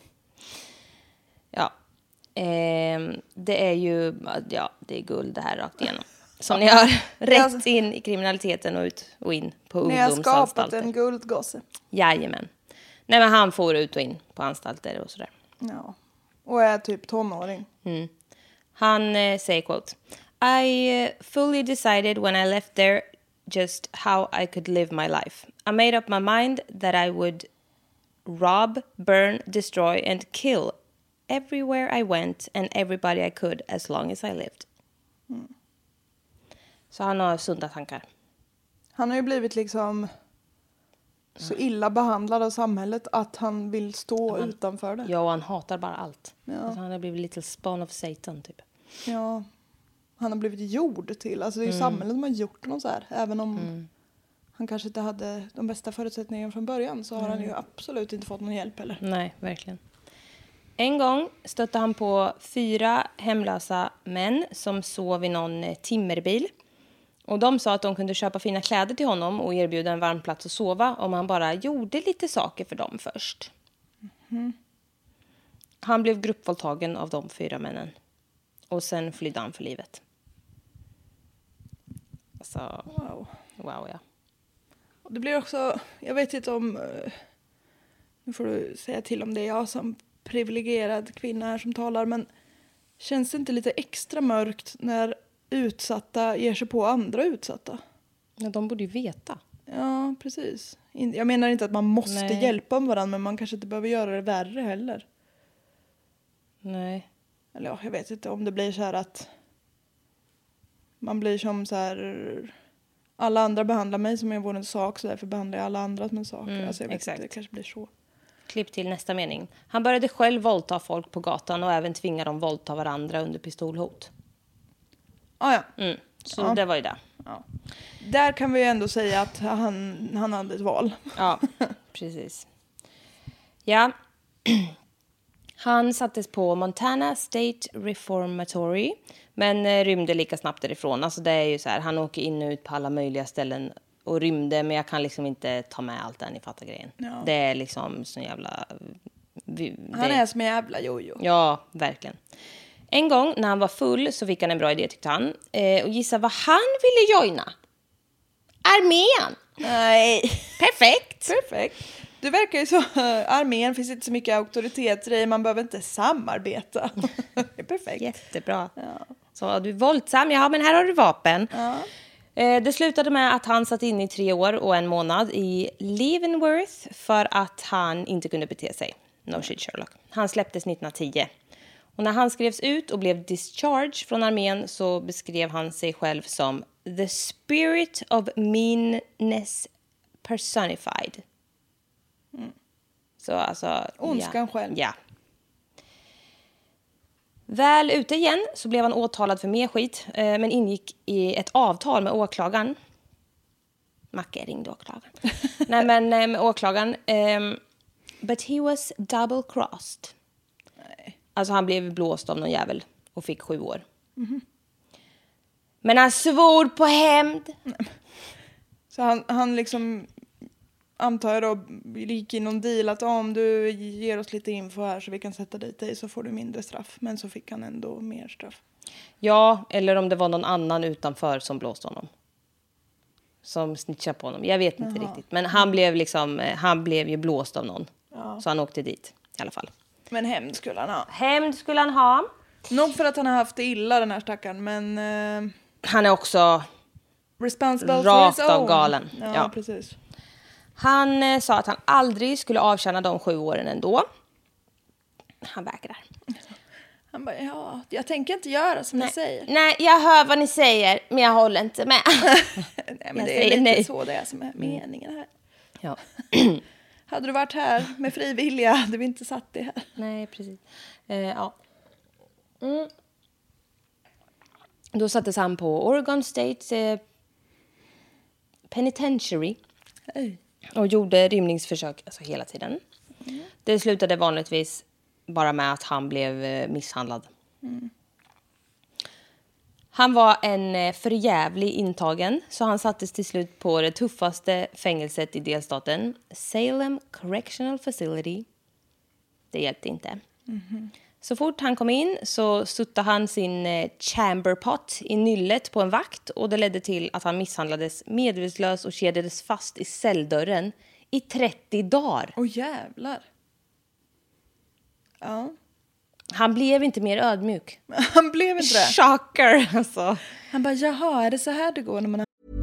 Ja. Eh, det är ju, ja, det är guld det här rakt igenom. Som ni har rätt in i kriminaliteten och ut och in på ungdomsanstalter. Ni har skapat en guldgosse. Jajamän. Nej, men han får ut och in på anstalter och sådär. Ja. Och är typ tonåring. Mm. Han eh, säger, quote, I uh, fully decided when I left there just how I could live my life. I made up my mind that I would rob, burn, destroy and kill everywhere I went and everybody I could as long as I lived. Mm. Så han har sunda tankar. Han har ju blivit liksom så illa behandlad av samhället att han vill stå han, utanför det. Ja, och han hatar bara allt. Ja. Alltså, han har blivit little spawn of Satan typ. Ja, han har blivit gjord till. Alltså det är ju mm. samhället som har gjort honom så här. Även om mm. han kanske inte hade de bästa förutsättningarna från början så har mm. han ju absolut inte fått någon hjälp heller. Nej, verkligen. En gång stötte han på fyra hemlösa män som sov i någon timmerbil. Och de sa att de kunde köpa fina kläder till honom och erbjuda en varm plats att sova om han bara gjorde lite saker för dem först. Mm. Han blev gruppvåldtagen av de fyra männen. Och sen flydde han för livet. Alltså, wow. Wow, ja. Och det blir också, jag vet inte om, nu får du säga till om det är jag som privilegierad kvinna här som talar, men känns det inte lite extra mörkt när utsatta ger sig på andra utsatta? Ja, de borde ju veta. Ja, precis. Jag menar inte att man måste Nej. hjälpa varandra, men man kanske inte behöver göra det värre heller. Nej. Eller ja, jag vet inte om det blir så här att man blir som så här, alla andra behandlar mig som jag vore en sak, så därför behandlar jag alla andra som en sak. Mm, alltså jag vet exakt. inte, det kanske blir så. Klipp till nästa mening. Han började själv våldta folk på gatan och även tvinga dem våldta varandra under pistolhot. Ah, ja, mm, så ja. det var ju det. Ja. Där kan vi ju ändå säga att han, han hade ett val. Ja, precis. Ja. Han sattes på Montana State Reformatory, men rymde lika snabbt därifrån. Alltså det är ju så här, han åker in och ut på alla möjliga ställen och rymde, men jag kan liksom inte ta med allt där, ni fattar grejen. Ja. Det är liksom så jävla... Det... Han är som en jävla jojo. Ja, verkligen. En gång när han var full så fick han en bra idé, tyckte han. Eh, och gissa vad han ville joina? Armén! Nej. Perfekt! Perfekt. Du verkar ju så, armén finns inte så mycket auktoritet i, man behöver inte samarbeta. Det är perfekt. Jättebra. Ja. Så du är våldsam, ja men här har du vapen. Ja. Eh, det slutade med att han satt in i tre år och en månad i Leavenworth för att han inte kunde bete sig. No shit Sherlock. Han släpptes nittonhundratio. Och när han skrevs ut och blev discharged från armén så beskrev han sig själv som the spirit of meanness personified. Mm. Så alltså... Ondskan ja, själv. Ja. Väl ute igen så blev han åtalad för mer skit, eh, men ingick i ett avtal med åklagaren. Macke ringde åklagaren. Nej, men eh, med åklagaren. Eh, but he was double crossed. Nej. Alltså han blev blåst av någon jävel och fick sju år. Mm-hmm. Men han svor på hämnd. Så han, han liksom, antar jag då, gick in någon deal att om du ger oss lite info här så vi kan sätta dit dig så får du mindre straff. Men så fick han ändå mer straff. Ja, eller om det var någon annan utanför som blåste honom. Som snitchade på honom. Jag vet inte Jaha. riktigt. Men han blev liksom, han blev ju blåst av någon. Ja. Så han åkte dit i alla fall. Men hämnd skulle han ha. Hämnd skulle han ha. Nog för att han har haft det illa den här stackaren, men... Uh... Han är också responsible rakt av galen. Ja, ja, precis. Han eh, sa att han aldrig skulle avtjäna de sju åren ändå. Han vägrar. Han bara, ja, jag tänker inte göra som nej. ni säger. Nej, jag hör vad ni säger, men jag håller inte med. nej, men det är lite nej. så det är som är meningen här. Ja. Hade du varit här med fri vilja hade vi inte satt det här. Nej, precis. Eh, ja. Mm. Då sattes han på Oregon State eh, Penitentiary Hej. och gjorde rymningsförsök alltså hela tiden. Mm. Det slutade vanligtvis bara med att han blev eh, misshandlad. Mm. Han var en eh, förjävlig intagen så han sattes till slut på det tuffaste fängelset i delstaten, Salem Correctional Facility. Det hjälpte inte. Mm-hmm. Så fort han kom in så suttade han sin eh, chamberpot i nyllet på en vakt och det ledde till att han misshandlades medvetslös och kedjades fast i celldörren i trettio dagar. Åh oh, jävlar. Ja. Han blev inte mer ödmjuk. Han blev inte det. Shocker alltså. Han bara, jaha, är det så här det går när man...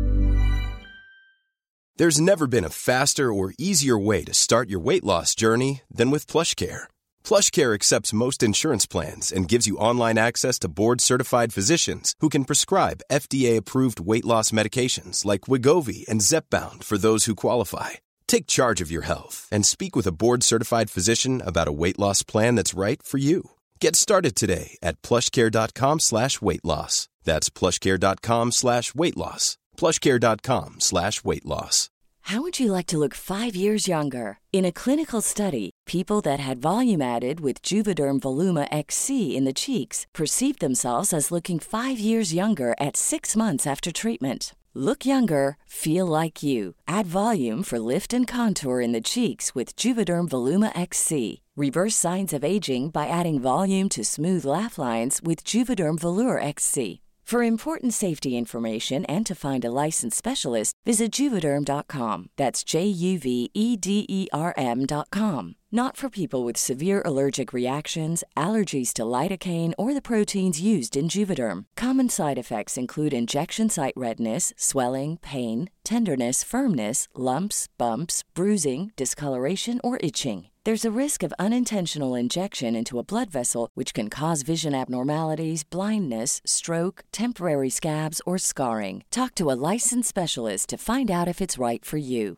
There's never been a faster or easier way to start your weight loss journey than with PlushCare. PlushCare accepts most insurance plans and gives you online access to board-certified physicians who can prescribe F D A-approved weight loss medications like Wegovy and Zepbound for those who qualify. Take charge of your health and speak with a board-certified physician about a weight loss plan that's right for you. Get started today at plushcare.com slash weight loss. That's plushcare.com slash weight loss. plushcare.com slash weight loss. How would you like to look five years younger? In a clinical study, people that had volume added with Juvederm Voluma X C in the cheeks perceived themselves as looking five years younger at six months after treatment. Look younger, feel like you. Add volume for lift and contour in the cheeks with Juvederm Voluma X C. Reverse signs of aging by adding volume to smooth laugh lines with Juvederm Volure X C. For important safety information and to find a licensed specialist, visit Juvederm dot com. That's J U V E D E R M dot com. Not for people with severe allergic reactions, allergies to lidocaine, or the proteins used in Juvederm. Common side effects include injection site redness, swelling, pain, tenderness, firmness, lumps, bumps, bruising, discoloration, or itching. There's a risk of unintentional injection into a blood vessel, which can cause vision abnormalities, blindness, stroke, temporary scabs, or scarring. Talk to a licensed specialist to find out if it's right for you.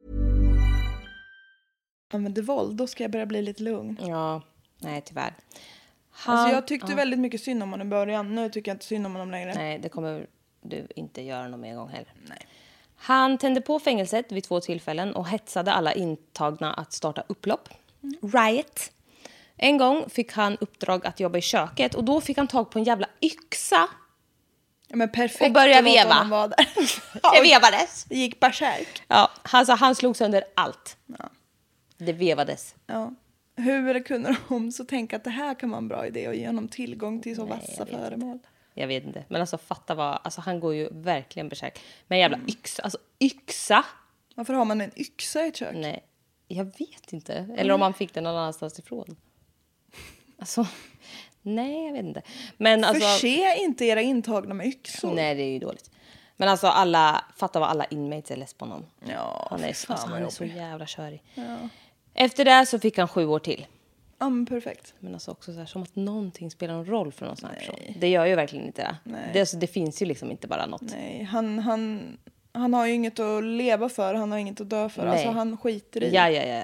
Använder våld, då ska jag börja bli lite lugn. Ja, nej tyvärr. Han, alltså jag tyckte ja. väldigt mycket synd om honom i början. Nu tycker jag inte synd om honom längre. Nej, det kommer du inte göra någon mer gång heller. Nej. Han tände på fängelset vid två tillfällen och hetsade alla intagna att starta upplopp. Mm. Riot. En gång fick han uppdrag att jobba i köket och då fick han tag på en jävla yxa. Ja, men perfekt. Och började veva. Var där. Det vevades. Det gick bärserk. Ja, alltså, han slog sönder allt. Ja. Det vevades. Ja. Hur kunde de så tänka att det här kan vara en bra idé och ge honom tillgång till så Nej, vassa föremål? Inte. Jag vet inte. Men alltså fatta vad, alltså han går ju verkligen bärserk. Men en jävla mm. yxa, alltså yxa. Varför har man en yxa i ett kök? Nej, jag vet inte. Eller mm. om man fick den någon annanstans ifrån. Alltså, nej jag vet inte. Men alltså, förse inte era intagna med yxor. Nej, det är ju dåligt. Men alltså alla, fatta vad alla inmates är less på honom. Ja, han är, alltså, han är så jävla körig. Ja. Efter det så fick han sju år till. Ja, men perfekt. Men alltså också så här, som att någonting spelar någon roll för någon sån här person. Det gör ju verkligen inte det. Nej. Det, alltså, det finns ju liksom inte bara något. Nej, han, han, han har ju inget att leva för. Han har inget att dö för. Nej. Alltså han skiter i. Ja, ja, ja.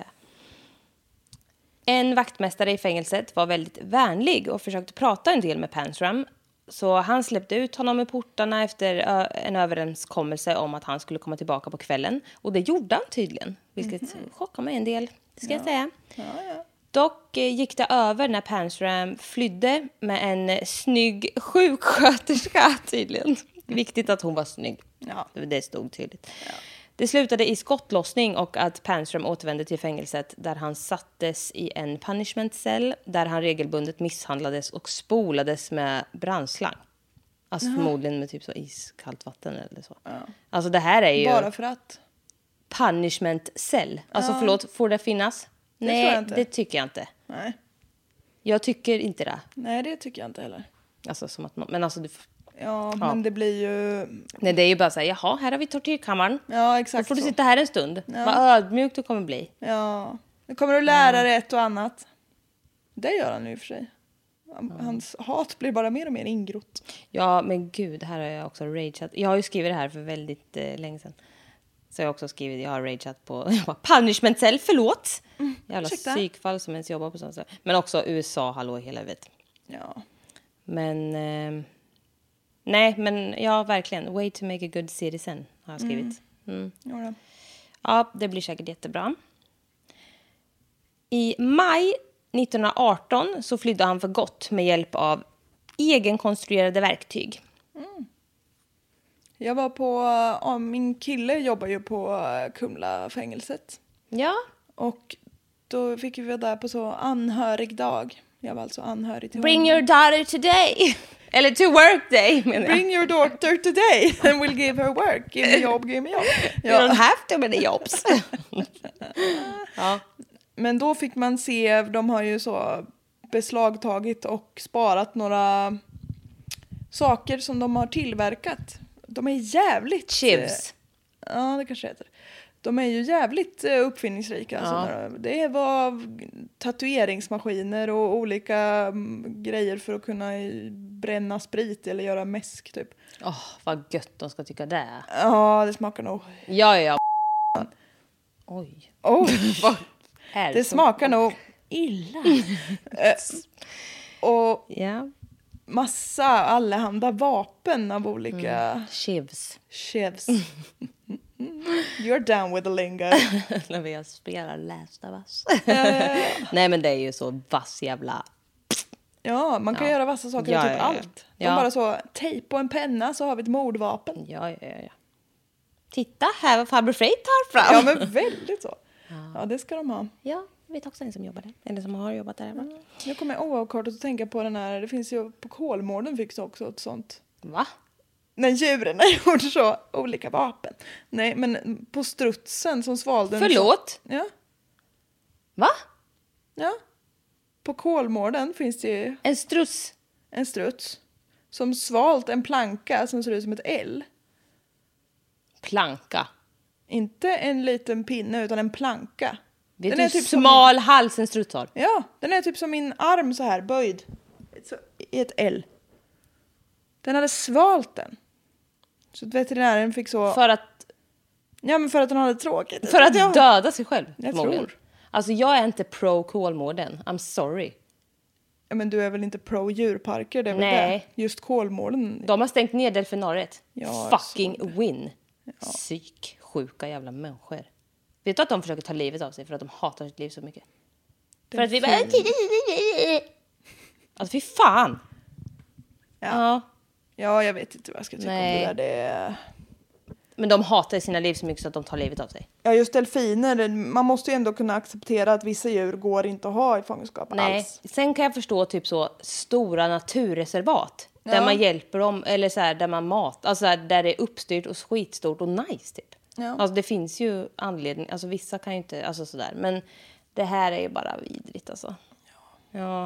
En vaktmästare i fängelset var väldigt vänlig och försökte prata en del med Panzram Så han släppte ut honom i portarna efter ö, en överenskommelse om att han skulle komma tillbaka på kvällen. Och det gjorde han tydligen, vilket mm-hmm. chockar mig en del, det ska ja. jag säga. Ja, ja. Dock eh, gick det över när Panzram flydde med en snygg sjuksköterska tydligen. Viktigt att hon var snygg. Ja. Det stod tydligt. Ja. Det slutade i skottlossning och att Panzram återvände till fängelset där han sattes i en punishment-cell där han regelbundet misshandlades och spolades med brandslang. Alltså Jaha. förmodligen med typ så iskallt vatten eller så. Ja. Alltså det här är ju... Bara för att? Punishment-cell. Alltså ja. förlåt, får det finnas? Det Nej, tror jag inte. det tycker jag inte. Nej. Jag tycker inte det. Nej, det tycker jag inte heller. Alltså som att... Men alltså du... Ja, ja, men det blir ju... Nej, det är ju bara så här, jaha, här har vi tortyrkammaren. Ja, exakt. Då får du så. sitta här en stund. Ja. Vad ödmjuk du kommer bli. Ja, nu kommer du lära dig ett och annat. Det gör han ju i och för sig. Hans ja. hat blir bara mer och mer ingrott. Ja, men gud, här har jag också rageat. Jag har ju skrivit det här för väldigt eh, länge sedan. Så jag har också skrivit, jag har rageat på punishment cell, förlåt. Mm, jävla ursäkta. Psykfall som ens jobbar på sånt sätt. Men också U S A, hallå, hela vet. Ja. Men... Eh, Nej, men ja, verkligen. Way to make a good citizen har jag skrivit. Mm. Mm. Ja, det blir säkert jättebra. I maj nittonhundraarton så flydde han för gott med hjälp av egenkonstruerade verktyg. Mm. Jag var på... Ja, min kille jobbar ju på Kumla-fängelset. Ja. Och då fick vi vara där på så anhörigdag. Jag var alltså anhörig till Bring honom. your daughter today. Eller to work day, menar jag. Bring your daughter today and we'll give her work. Give me jobb, give me jobb. Ja. You don't have too many jobs. Ja. Men då fick man se, de har ju så beslagtagit och sparat några saker som de har tillverkat. De är jävligt... Chivs. Ja, det kanske heter. De är ju jävligt uppfinningsrika. Ja. Alltså. Det var tatueringsmaskiner och olika mm, grejer för att kunna bränna sprit eller göra mäsk typ. Åh, oh, vad gött de ska tycka det. Ja, det smakar nog. Ja, ja. Oj. Oj. Här det som... smakar nog illa. Och ja. massa allehanda vapen av olika... Mm. Chivs. Chivs. You're down with the lingo. När vi spelar Last of Us. Ja, ja, ja. Nej, men det är ju så vass jävla... Ja, man kan ja. göra vassa saker ja, av typ ja, ja. allt. De ja. bara så, tejp och en penna så har vi ett mordvapen. Ja, ja, ja. Titta, här var farbror Frej tar fram. Ja, men väldigt så. Ja, ja det ska de ha. Ja, jag vet också en som jobbar där. Eller som har jobbat där. Mm. Nu kommer jag oavkortat att tänka på den här, det finns ju på Kolmården fick också ett sånt. Va? När djuren gjorde så olika vapen. Nej, men på strutsen som svalde... Förlåt? Så, ja. Va? Ja. På Kolmården finns det ju... En struts? En struts. Som svalt en planka som ser ut som ett L. Planka? Inte en liten pinne utan en planka. Vet den du är typ smal min... hals en struts har? Ja, den är typ som min arm så här böjd. Så, i ett L. Den hade svalt den. Så veterinären fick så... För att... Ja, men för att den hade tråkigt. För att ja. döda sig själv. Jag tror. Alltså jag är inte pro Kolmården. I'm sorry. Ja, men du är väl inte pro djurparker? Det är väl Nej. det. Just Kolmården. De har stängt ner delfinariet. Ja, fucking win. Ja. Psyk. Sjuka jävla människor. Vet du att de försöker ta livet av sig för att de hatar sitt liv så mycket? Det för att vi bara... Alltså fy fan. Ja. Ja. Ja, jag vet inte vad jag ska tycka Nej. om det där. Det är... Men de hatar sina liv så mycket så att de tar livet av sig. Ja, just delfiner. Man måste ju ändå kunna acceptera att vissa djur går inte att ha i fångenskap Nej. alls. Sen kan jag förstå typ så stora naturreservat. Ja. Där man hjälper dem. Eller så här, där man mat. Alltså här, där det är uppstyrt och skitstort och nice typ. Ja. Alltså det finns ju anledning. Alltså vissa kan ju inte. Alltså sådär. Men det här är ju bara vidrigt alltså. Ja. Ja.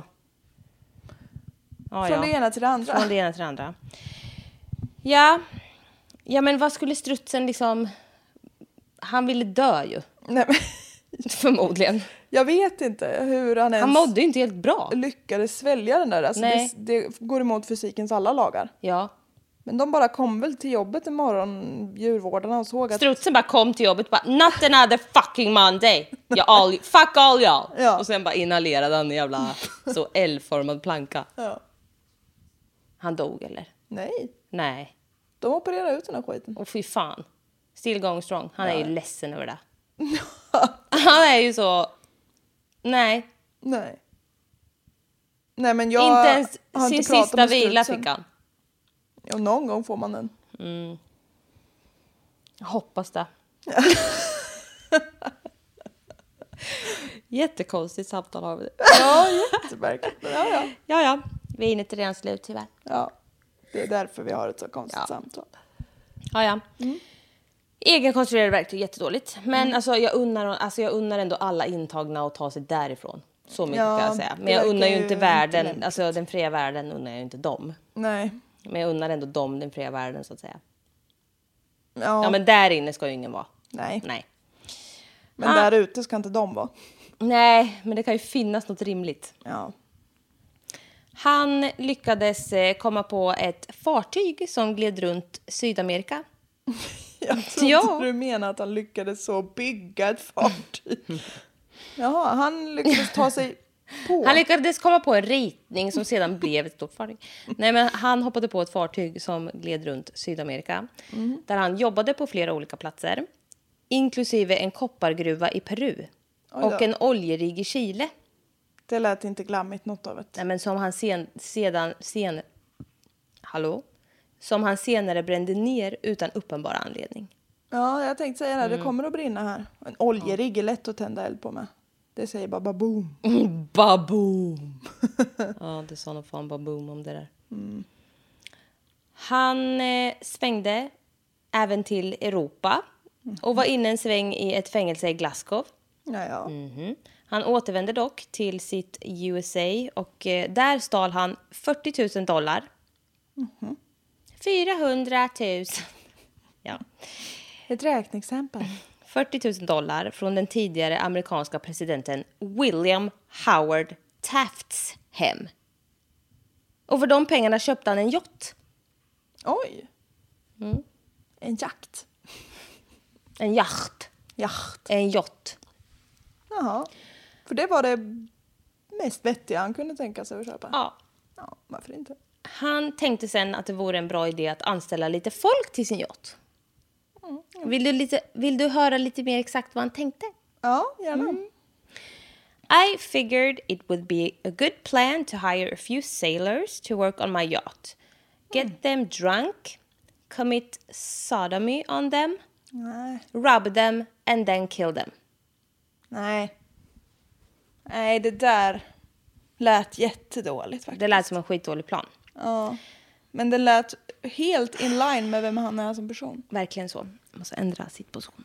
Ja, Från ja. det ena till det andra. Från det ena till det andra. Ja. Ja, men vad skulle strutsen liksom... Han ville dö ju. Nej, men... Förmodligen. Jag vet inte hur han ens... Han mådde ju inte helt bra. Lyckades svälja den där. Alltså Nej. det, det går emot fysikens alla lagar. Ja. Men de bara kom väl till jobbet en morgon, djurvårdarna, och såg att... Strutsen bara kom till jobbet och bara, not another fucking Monday. Jag all, fuck all y'all. Ja. Och sen bara inhalerade han en jävla så L-formad planka. Ja. Han dog eller? Nej. Nej. De opererade ut den här skiten. Och fy fan. Still going strong. Han är ju ledsen över det. Han är ju så... Nej. Nej. Nej, men jag inte ens har sin inte pratat sista med vila strutsen. fick han. Ja, någon gång får man den. Mm. Jag hoppas det. Jättekonstigt samtal har vi det. Ja, jättemärkligt. Ja, ja. Ja, ja. Vi är inne till redan slut tyvärr. Ja, det är därför vi har ett så konstigt Ja. samtal. Ja, ja. Mm. Egenkonstruerade verktyg är jättedåligt. Men mm. alltså, jag, unnar, alltså, jag unnar ändå alla intagna att ta sig därifrån. Så mycket ja, kan jag säga. Men jag unnar ju inte ju världen, inte alltså den fria världen unnar jag ju inte dem. Nej. Men jag unnar ändå dem den fria världen så att säga. Ja, Ja, men där inne ska ju ingen vara. Nej. Nej. Men Ah. där ute ska inte de vara. Nej, men det kan ju finnas något rimligt. Ja. Han lyckades eh, komma på ett fartyg som gled runt Sydamerika. Jag trodde Ja. du menade att han lyckades så bygga ett fartyg. Jaha, han lyckades ta sig på. Han lyckades komma på en ritning som sedan blev ett stort fartyg. Nej, men han hoppade på ett fartyg som gled runt Sydamerika. Mm. Där han jobbade på flera olika platser. Inklusive en koppargruva i Peru. Och en oljerigg i Chile. Det lät inte glammigt något av det. Nej, men som han sen, sedan... Sen, hallå? Som han senare brände ner utan uppenbar anledning. Ja, jag tänkte säga det. Mm. Det kommer att brinna här. En oljerigg är lätt att tända eld på med. Det säger bara baboom. Mm, baboom! Ja, det sa nog fan baboom om det där. Mm. Han eh, svängde även till Europa. Mm. Och var inne en sväng i ett fängelse i Glasgow. Ja, ja. Mm-hmm. Han återvände dock till sitt U S A. Och eh, där stal han fyrtio tusen dollar. Mm-hmm. fyrahundratusen. Ja. Ett räkneexempel. fyrtio tusen dollar från den tidigare amerikanska presidenten William Howard Tafts hem. Och för de pengarna köpte han en yacht. Oj. Mm. En jakt. En yacht. Yacht. En yacht. Jaha. För det var det mest vettiga han kunde tänka sig att köpa. Ja. Ja, varför inte? Han tänkte sen att det vore en bra idé att anställa lite folk till sin yacht. Mm. Vill, du lite, vill du höra lite mer exakt vad han tänkte? Ja, gärna. Mm. I figured it would be a good plan to hire a few sailors to work on my yacht. Get mm. them drunk, commit sodomy on them, Nej. rob them and then kill them. Nej. Nej, det där lät jättedåligt faktiskt. Det lät som en skitdålig plan. Ja. Men det lät helt in line med vem han är som person. Verkligen så. Man måste ändra sitt position.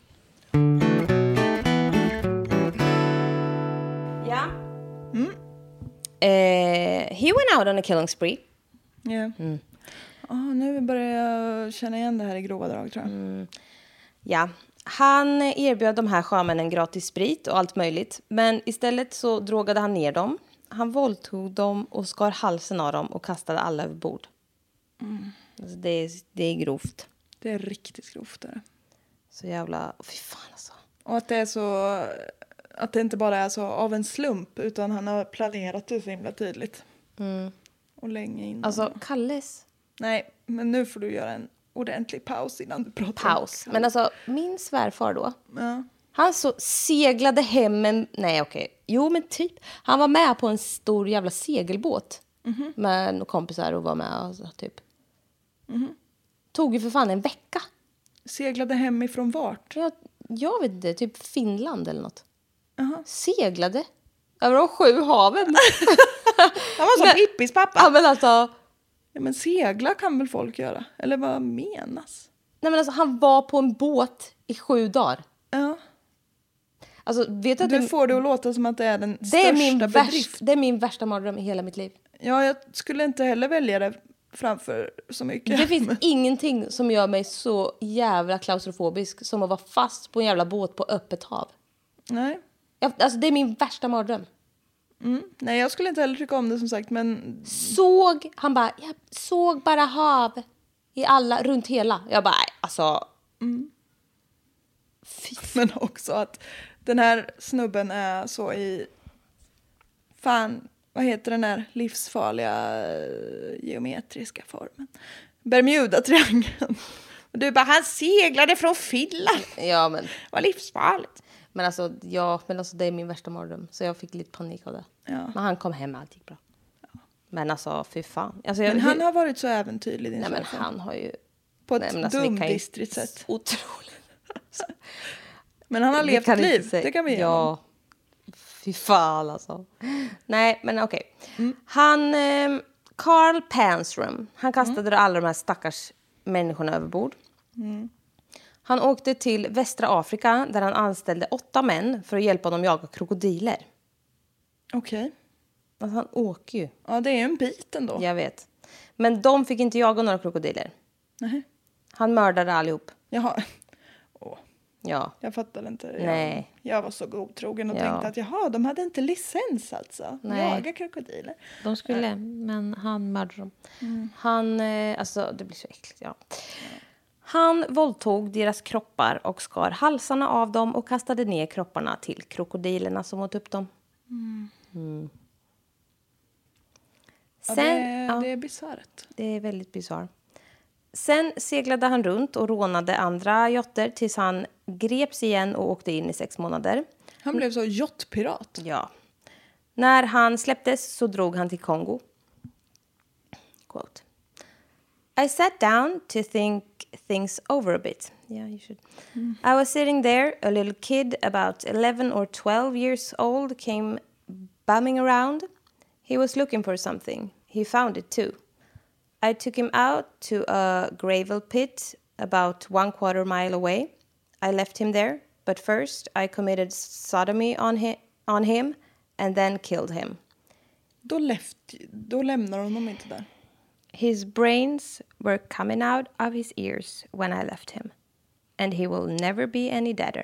Ja. Mm. Uh, he went out on a killing spree. Ja. Yeah. Mm. Oh, nu börjar jag känna igen det här i grova drag, tror jag. Mm. Ja. Han erbjöd de här sjömännen gratis sprit och allt möjligt. Men istället så drogade han ner dem. Han våldtog dem och skar halsen av dem och kastade alla över bord. Mm. Alltså det, är, det är grovt. Det är riktigt grovt. Där. Så jävla... Fy fan alltså. Och att det är så... Att det inte bara är så av en slump, utan han har planerat det så himla tydligt. Mm. Och länge innan. Alltså, Kalles... Nej, men nu får du göra en ordentlig paus innan du pratar. Paus. Men alltså, min svärfar då. Ja. Han så seglade hem en... Nej, okej. Okay. Jo, men typ. Han var med på en stor jävla segelbåt. Mm-hmm. Med några kompisar och var med. Alltså, typ. Mm-hmm. Tog ju för fan en vecka. Seglade hem ifrån vart? Jag, jag vet inte. Typ Finland eller något. Uh-huh. Seglade. Över de sju haven. Han var som men, Pippis pappa. Ja, men alltså... Ja, men segla kan väl folk göra? Eller vad menas? Nej, men alltså, han var på en båt i sju dagar. Ja. Alltså, vet du, du du får det att låta som att det är den det största är min bedrift. Värst, det är min värsta mardröm i hela mitt liv. Ja, jag skulle inte heller välja det framför så mycket. Det finns ingenting som gör mig så jävla klaustrofobisk som att vara fast på en jävla båt på öppet hav. Nej. Jag, alltså, det är min värsta mardröm. Mm. Nej, jag skulle inte heller tycka om det som sagt, men... Såg, han bara, jag såg bara hav i alla, runt hela. Jag bara, alltså... Mm. Men också att den här snubben är så i... Fan, vad heter den där livsfarliga uh, geometriska formen? Bermuda-triangeln. Och du bara, han seglade från Finland. Ja, men... Vad livsfarligt. Men alltså, ja, men alltså, det är min värsta mardröm. Så jag fick lite panik av det. Ja. Men han kom hem och allt gick bra. Ja. Men alltså, fy fan. Alltså, jag, men han har varit så äventyrlig. Nej, men han har ju... På ett nej, alltså, dumdistrigt sätt. Otroligt. Men han har levt ett liv. Det kan vi göra. Ja. Fy fan alltså. Nej, men okej. Okay. Mm. Han... Eh, Carl Pansrum. Han kastade mm. alla de här stackars människorna över bord. Mm. Han åkte till västra Afrika där han anställde åtta män för att hjälpa dem jaga krokodiler. Okej. Okay. Alltså han åker ju. Ja, det är en bit ändå. Jag vet. Men de fick inte jaga några krokodiler. Nej. Han mördade allihop. Jaha. Åh. Ja. Jag fattade inte. Jag, Nej. Jag var så godtrogen och ja. tänkte att jaha, de hade inte licens alltså. Nej. Jaga krokodiler. De skulle, äh. men han mördade dem. Mm. Han, alltså det blir så äckligt, ja. ja. Han våldtog deras kroppar och skar halsarna av dem och kastade ner kropparna till krokodilerna som åt upp dem. Mm. Mm. Sen, ja, det, är, ja, det är bisarrt. Det är väldigt bisarrt. Sen seglade han runt och rånade andra jotter tills han greps igen och åkte in i sex månader. Han blev så jottpirat. Ja. När han släpptes så drog han till Kongo. Quote. I sat down to think things over a bit. Yeah, you should. Mm. I was sitting there, a little kid about eleven or twelve years old came bumming around. He was looking for something. He found it too. I took him out to a gravel pit about one quarter mile away. I left him there, but first I committed sodomy on him, on him and then killed him. Då, left, då lämnar honom inte där. His brains were coming out of his ears when I left him. And he will never be any deader.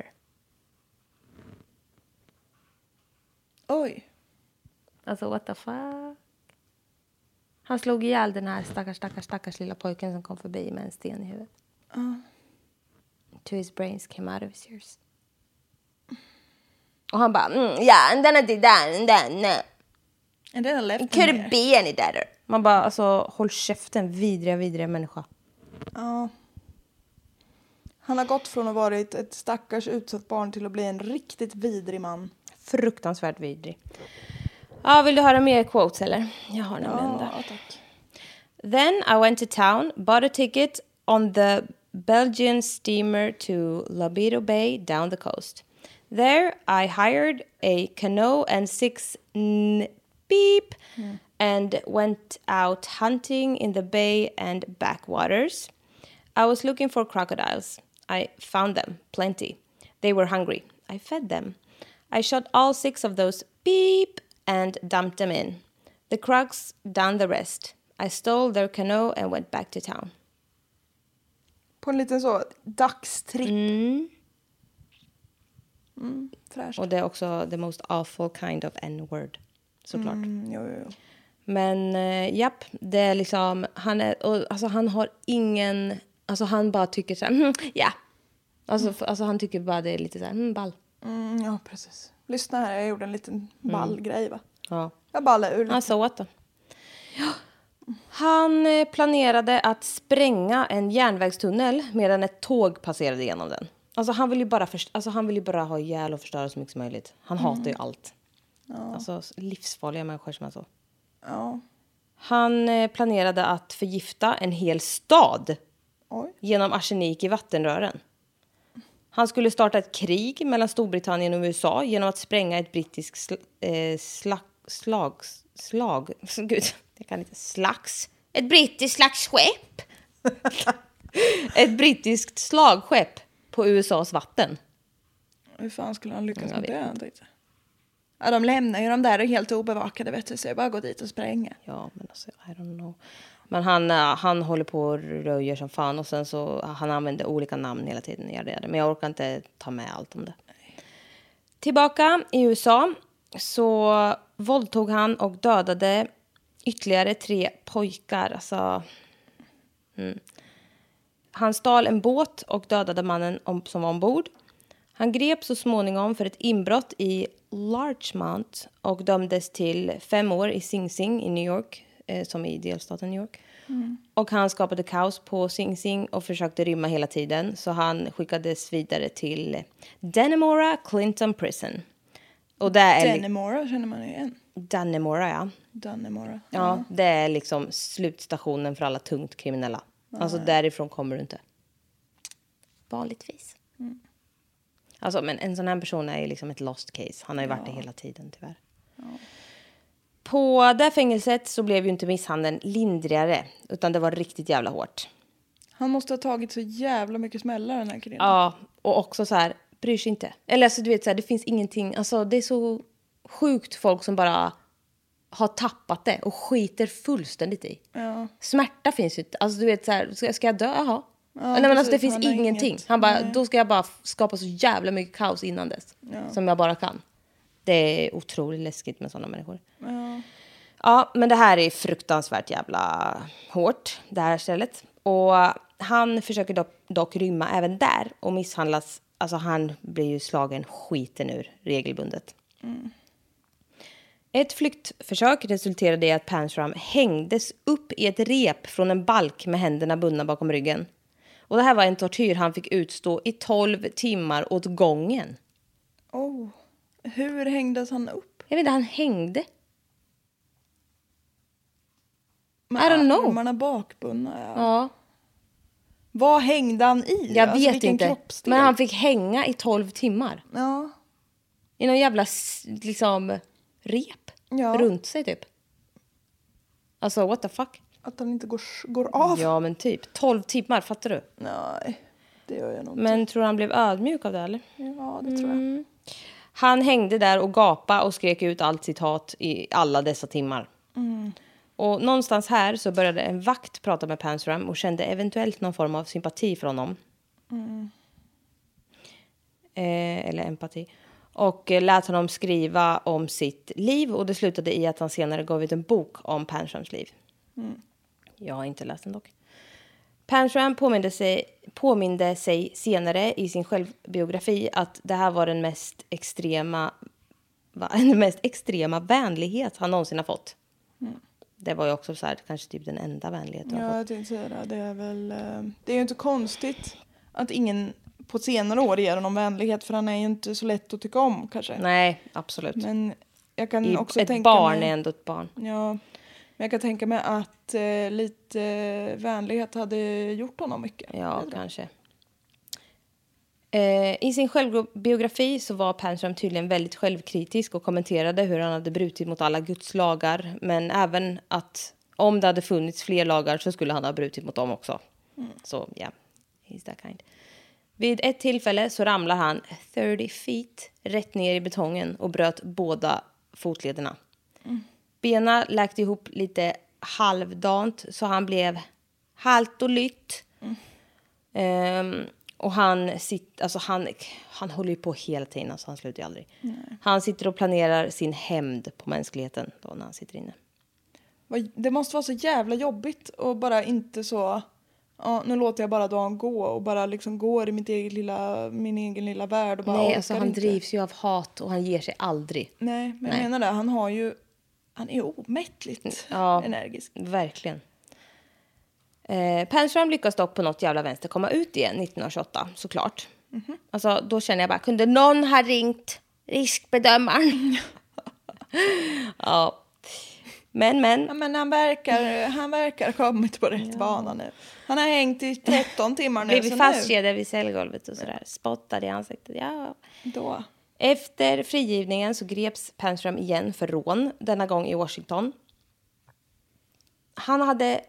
Oj. Alltså, what the fuck? Han slog ihjäl den här stackars, stackars, stackars lilla pojken som kom förbi med en sten i huvudet. Uh. To his brains came out of his ears. Och han bara, mm, yeah, and then I did that, and then, uh, and then I left him could it be any deader? Man bara, alltså, håll käften, vidriga, vidriga människa. Ja. Uh. Han har gått från att vara ett, ett stackars utsatt barn till att bli en riktigt vidrig man. Fruktansvärt vidrig. Ja, vill du höra mer quotes eller? Jag har nämligen ja, där. Tack. Then I went to town, bought a ticket on the Belgian steamer to Lobito Bay down the coast. There I hired a canoe and six n- beep mm. and went out hunting in the bay and backwaters. I was looking for crocodiles. I found them, plenty. They were hungry. I fed them. I shot all six of those beep and dumped them in. The crocs done the rest. I stole their canoe and went back to town. På en liten så dagstripp. Mm. Mm, fräscht. Och det är också the most awful kind of n-word. Såklart. Mm, jo, jo. Men äh, japp, det är liksom, han är, och, alltså han har ingen, alltså han bara tycker så här, mm, ja. Alltså, mm. alltså han tycker bara det är lite så här, mm, ball. Mm, ja, precis. Lyssna här, jag gjorde en liten ballgrej va? Ja. Jag ballade ur lite. Han sa åt då. Ja. Han planerade att spränga en järnvägstunnel medan ett tåg passerade igenom den. Alltså han vill ju bara, först- alltså, han vill ju bara ha ihjäl och förstöra så mycket som möjligt. Han mm. hatar ju allt. Ja. Alltså livsfarliga människor som är så. Ja. Han planerade att förgifta en hel stad. Oj. Genom arsenik i vattenrören. Han skulle starta ett krig mellan Storbritannien och U S A genom att spränga ett brittiskt sl- eh, slag, slag, slag, gud, jag kan inte, slags, ett brittiskt slags skepp. Ett brittiskt slagskepp på U S A:s vatten. Hur fan skulle han lyckas med det? Ja, de lämnar ju de där helt obevakade, vet du, så jag bara går dit och spränga. Ja, men alltså, I don't know. Men han, han håller på och röjer som fan. Och sen så han använder olika namn hela tiden. Jag det. Men jag orkar inte ta med allt om det. Nej. Tillbaka i U S A så våldtog han och dödade ytterligare tre pojkar. Alltså, mm. Han stal en båt och dödade mannen om, som var ombord. Han greps så småningom för ett inbrott i Larchmont och dömdes till fem år i Sing Sing i New York, eh, som i delstaten New York. Mm. Och han skapade kaos på Sing Sing och försökte rymma hela tiden. Så han skickades vidare till Dannemora Clinton Prison. Och där är Dannemora känner man igen. Dannemora, ja. Dannemora. Ja, Ja, det är liksom slutstationen för alla tungt kriminella. Ja, alltså ja. därifrån kommer du inte. Vanligtvis. Mm. Alltså, men en sån här person är ju liksom ett lost case. Han har ju varit Ja. det hela tiden, tyvärr. Ja. På det fängelset så blev ju inte misshandeln lindrigare. Utan det var riktigt jävla hårt. Han måste ha tagit så jävla mycket smällar, den här killen. Ja, och också så här, bryr sig inte. Eller alltså, du vet så här, det finns ingenting. Alltså, det är så sjukt folk som bara har tappat det och skiter fullständigt i. Ja. Smärta finns ju inte. Alltså, du vet så här, ska, ska jag dö? Jaha. Ja, Nej, men alltså, det precis. finns Han har ingenting. inget. Han bara, Nej. då ska jag bara skapa så jävla mycket kaos innan dess. Ja. Som jag bara kan. Det är otroligt läskigt med sådana människor. Ja. Ja, men det här är fruktansvärt jävla hårt, det här stället. Och han försöker dock, dock rymma även där och misshandlas. Alltså han blir ju slagen skiten ur regelbundet. Mm. Ett flyktförsök resulterade i att Panshram hängdes upp i ett rep från en balk med händerna bundna bakom ryggen. Och det här var en tortyr han fick utstå i tolv timmar åt gången. Oh. Hur hängdes han upp? Jag vet inte, han hängde. Med I don't know. armarna bakbundna, ja. Ja. Vad hängde han i? Jag Alltså, vet vilken inte. kroppsdel? Men han fick hänga i tolv timmar. Ja. I någon jävla s- liksom rep. Ja. Runt sig typ. Alltså what the fuck. Att han inte går, går av. Ja men typ. tolv timmar, fattar du? Nej, det gör jag nog inte. Men tror du han blev ödmjuk av det eller? Ja, det tror jag. Han hängde där och gapade och skrek ut allt sitt hat i alla dessa timmar. Mm. Och någonstans här så började en vakt prata med Panshram och kände eventuellt någon form av sympati för honom. Mm. Eh, eller empati. Och eh, lät honom skriva om sitt liv. Och det slutade i att han senare gav ut en bok om Panshrams liv. Mm. Jag har inte läst den dock. Panshram påminde sig, påminde sig senare i sin självbiografi att det här var den mest extrema, va, den mest extrema vänlighet han någonsin har fått. Mm. Det var ju också så här, kanske typ den enda vänligheten han Ja, har jag fått. tänkte säga det. Det är väl... eh, Det är ju inte konstigt att ingen på senare år ger honom vänlighet. För han är ju inte så lätt att tycka om, kanske. Nej, absolut. Men jag kan I, också ett tänka barn mig... är ändå ett barn. Ja, men jag kan tänka mig att eh, lite eh, vänlighet hade gjort honom mycket. Ja, Eller? kanske. Eh, I sin självbiografi så var Panshram tydligen väldigt självkritisk och kommenterade hur han hade brutit mot alla Guds lagar. Men även att om det hade funnits fler lagar så skulle han ha brutit mot dem också. Mm. Så ja, yeah, he's that kind. Vid ett tillfälle så ramlar han thirty feet rätt ner i betongen och bröt båda fotlederna. Mm. Bena läkte ihop lite halvdant så han blev halt och lytt. Mm. Um, och han, sitt, alltså han, han håller ju på hela tiden, alltså han slutar ju aldrig. Nej. Han sitter och planerar sin hämnd på mänskligheten då när han sitter inne. Det måste vara så jävla jobbigt och bara inte så... Ja, nu låter jag bara dagen gå och bara liksom går i mitt eget lilla, min egen lilla värld och bara Nej, alltså han inte. drivs ju av hat och han ger sig aldrig. Nej, men Nej. jag menar det. Han har ju... Han är ju omättligt ja, energisk. Verkligen. Eh, Panshram lyckas dock på något jävla vänster komma ut igen nittonhundratjugoåtta, såklart. Mm-hmm. Alltså, då känner jag bara, kunde någon ha ringt riskbedömaren? ja. Men, men. Ja, men han verkar, han verkar ha kommit på rätt ja. bana nu. Han har hängt i tretton timmar nu. Blivit fastkedjad vid cellgolvet och sådär. Spottad i ansiktet. Ja. Då. Efter frigivningen så greps Panshram igen för rån. Denna gång i Washington. Han hade